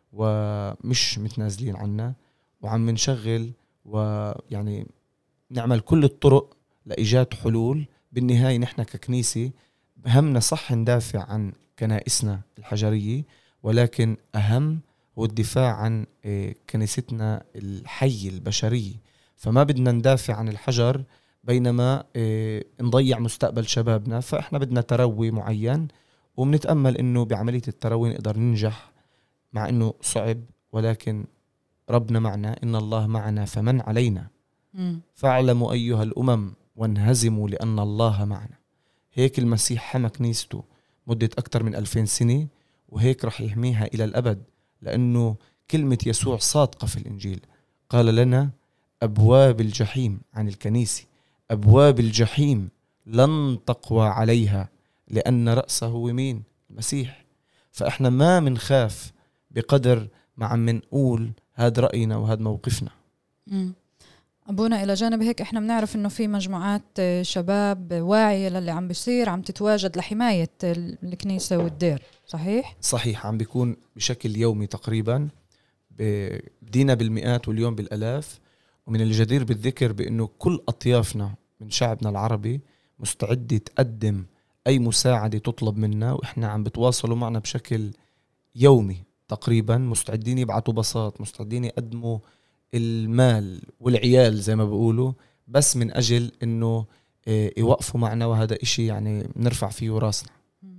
ومش متنازلين عنها، وعم نشغل ويعني نعمل كل الطرق لإيجاد حلول. بالنهاية نحن ككنيسة همنا صح ندافع عن كنائسنا الحجرية، ولكن أهم هو الدفاع عن كنيستنا الحية البشرية. فما بدنا ندافع عن الحجر بينما نضيع مستقبل شبابنا. فإحنا بدنا تروي معين، ومنتأمل إنه بعملية التروي نقدر ننجح، مع إنه صعب، ولكن ربنا معنا، إن الله معنا فمن علينا. فاعلموا أيها الأمم وانهزموا لأن الله معنا. هيك المسيح حمى كنيسته مدة أكثر من ألفين سنة، وهيك رح يحميها إلى الأبد، لأنه كلمة يسوع صادقة في الإنجيل. قال لنا أبواب الجحيم عن الكنيسة، أبواب الجحيم لن تقوى عليها، لأن رأسه هو مين؟ المسيح. فإحنا ما منخاف بقدر ما عم نقول هذا رأينا وهذا موقفنا. م. أبونا إلى جانب هيك إحنا بنعرف إنه في مجموعات شباب واعية للي عم بيصير عم تتواجد لحماية الكنيسة والدير، صحيح؟ صحيح، عم بيكون بشكل يومي تقريبا، بدينا بالمئات واليوم بالألاف. ومن الجدير بالذكر بأنه كل أطيافنا من شعبنا العربي مستعدة تقدم أي مساعدة تطلب منا، وإحنا عم بتواصلوا معنا بشكل يومي تقريبا، مستعدين يبعتوا بساط، مستعدين يقدموا المال والعيال زي ما بيقولوا، بس من أجل إنه يوقفوا معنا. وهذا إشي يعني نرفع فيه راسنا.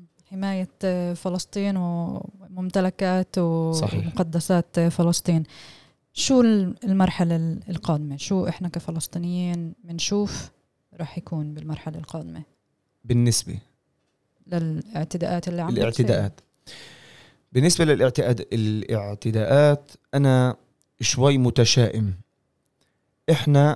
حماية فلسطين وممتلكات ومقدسات فلسطين. شو المرحلة القادمة؟ شو إحنا كفلسطينيين منشوف رح يكون بالمرحلة القادمة بالنسبة للاعتداءات اللي عم الاعتداءات بالنسبة للاعتداءات الاعتداءات أنا شوي متشائم. إحنا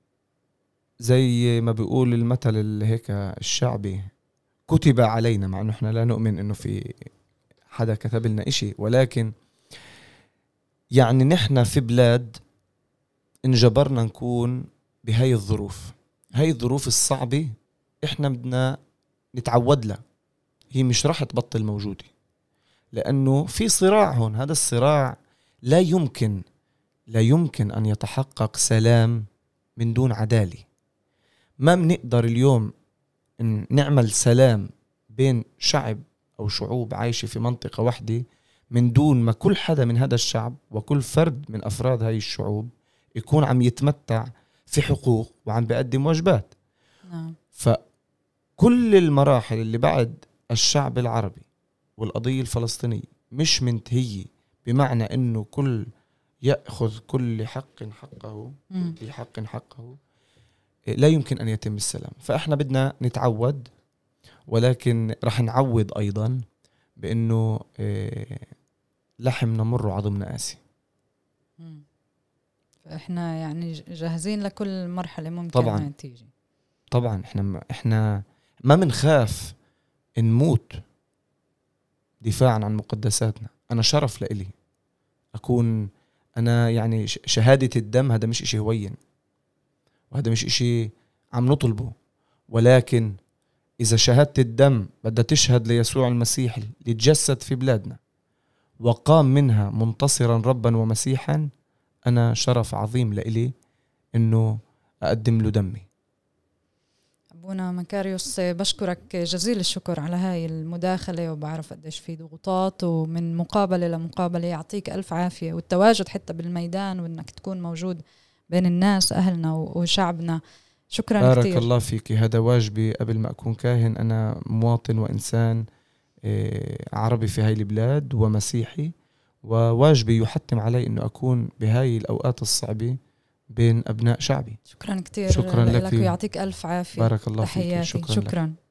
زي ما بيقول المثل اللي هيك الشعبي، كتب علينا، مع أنه إحنا لا نؤمن إنه في حدا كتب لنا إشي، ولكن يعني نحن في بلاد انجبرنا نكون بهاي الظروف. هاي الظروف الصعبة إحنا بدنا نتعود لها، هي مش راح تبطل موجودة، لأنه في صراع هون. هذا الصراع لا يمكن لا يمكن أن يتحقق سلام من دون عدالة. ما بنقدر اليوم إن نعمل سلام بين شعب أو شعوب عايشة في منطقة واحدة من دون ما كل حدا من هذا الشعب وكل فرد من أفراد هاي الشعوب يكون عم يتمتع في حقوق وعم بيقدم واجبات. نعم. فكل المراحل اللي بعد الشعب العربي والقضية الفلسطينية مش منتهية، بمعنى إنه كل يأخذ كل حق حقه بحق حقه، لا يمكن أن يتم السلام. فإحنا بدنا نتعود، ولكن رح نعود أيضا بأنه لحمنا مر وعظمنا قاسي. فإحنا يعني جاهزين لكل مرحلة ممكن طبعا تيجي. طبعا إحنا إحنا ما منخاف نموت دفاعا عن مقدساتنا. أنا شرف لإلي أكون أنا يعني شهادة الدم، هذا مش إشي هوين، وهذا مش إشي عم نطلبه، ولكن إذا شهادة الدم بدها تشهد ليسوع المسيح اللي تجسد في بلادنا وقام منها منتصرا ربا ومسيحا، أنا شرف عظيم لإلي إنه أقدم له دمي. أبونا مكاريوس، بشكرك جزيل الشكر على هاي المداخلة، وبعرف قديش في ضغوطات ومن مقابلة لمقابلة. يعطيك ألف عافية، والتواجد حتى بالميدان وإنك تكون موجود بين الناس أهلنا وشعبنا. شكرا بارك كتير. الله فيك. هذا واجبي قبل ما أكون كاهن. أنا مواطن وإنسان عربي في هاي البلاد ومسيحي، وواجبي يحتم علي أنه أكون بهاي الأوقات الصعبة بين أبناء شعبي. شكرا كتير. شكرا لك ويعطيك ألف عافية. بارك الله فيك. شكرا, شكرا لك.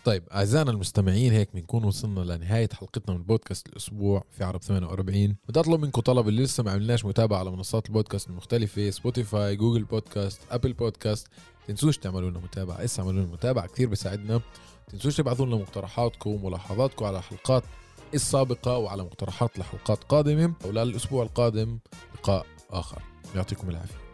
طيب أعزائنا المستمعين، هيك بنكون وصلنا لنهاية حلقتنا من بودكاست الأسبوع في عرب ثمانية وأربعين. بدي أطلب منكم طلب، اللي لسه ما عملناش متابعة على منصات البودكاست المختلفة، سبوتيفاي، جوجل بودكاست، أبل بودكاست، تنسوش تعملوا لنا متابعة. إسا عملوا لنا متابعة كثير بيساعدنا. تنسوش تبعثوا لنا مقترحاتكم وملاحظاتكم على الحلقات السابقة وعلى مقترحات لحلقات قادمة. وللأسبوع القادم لقاء آخر، يعطيكم العافية.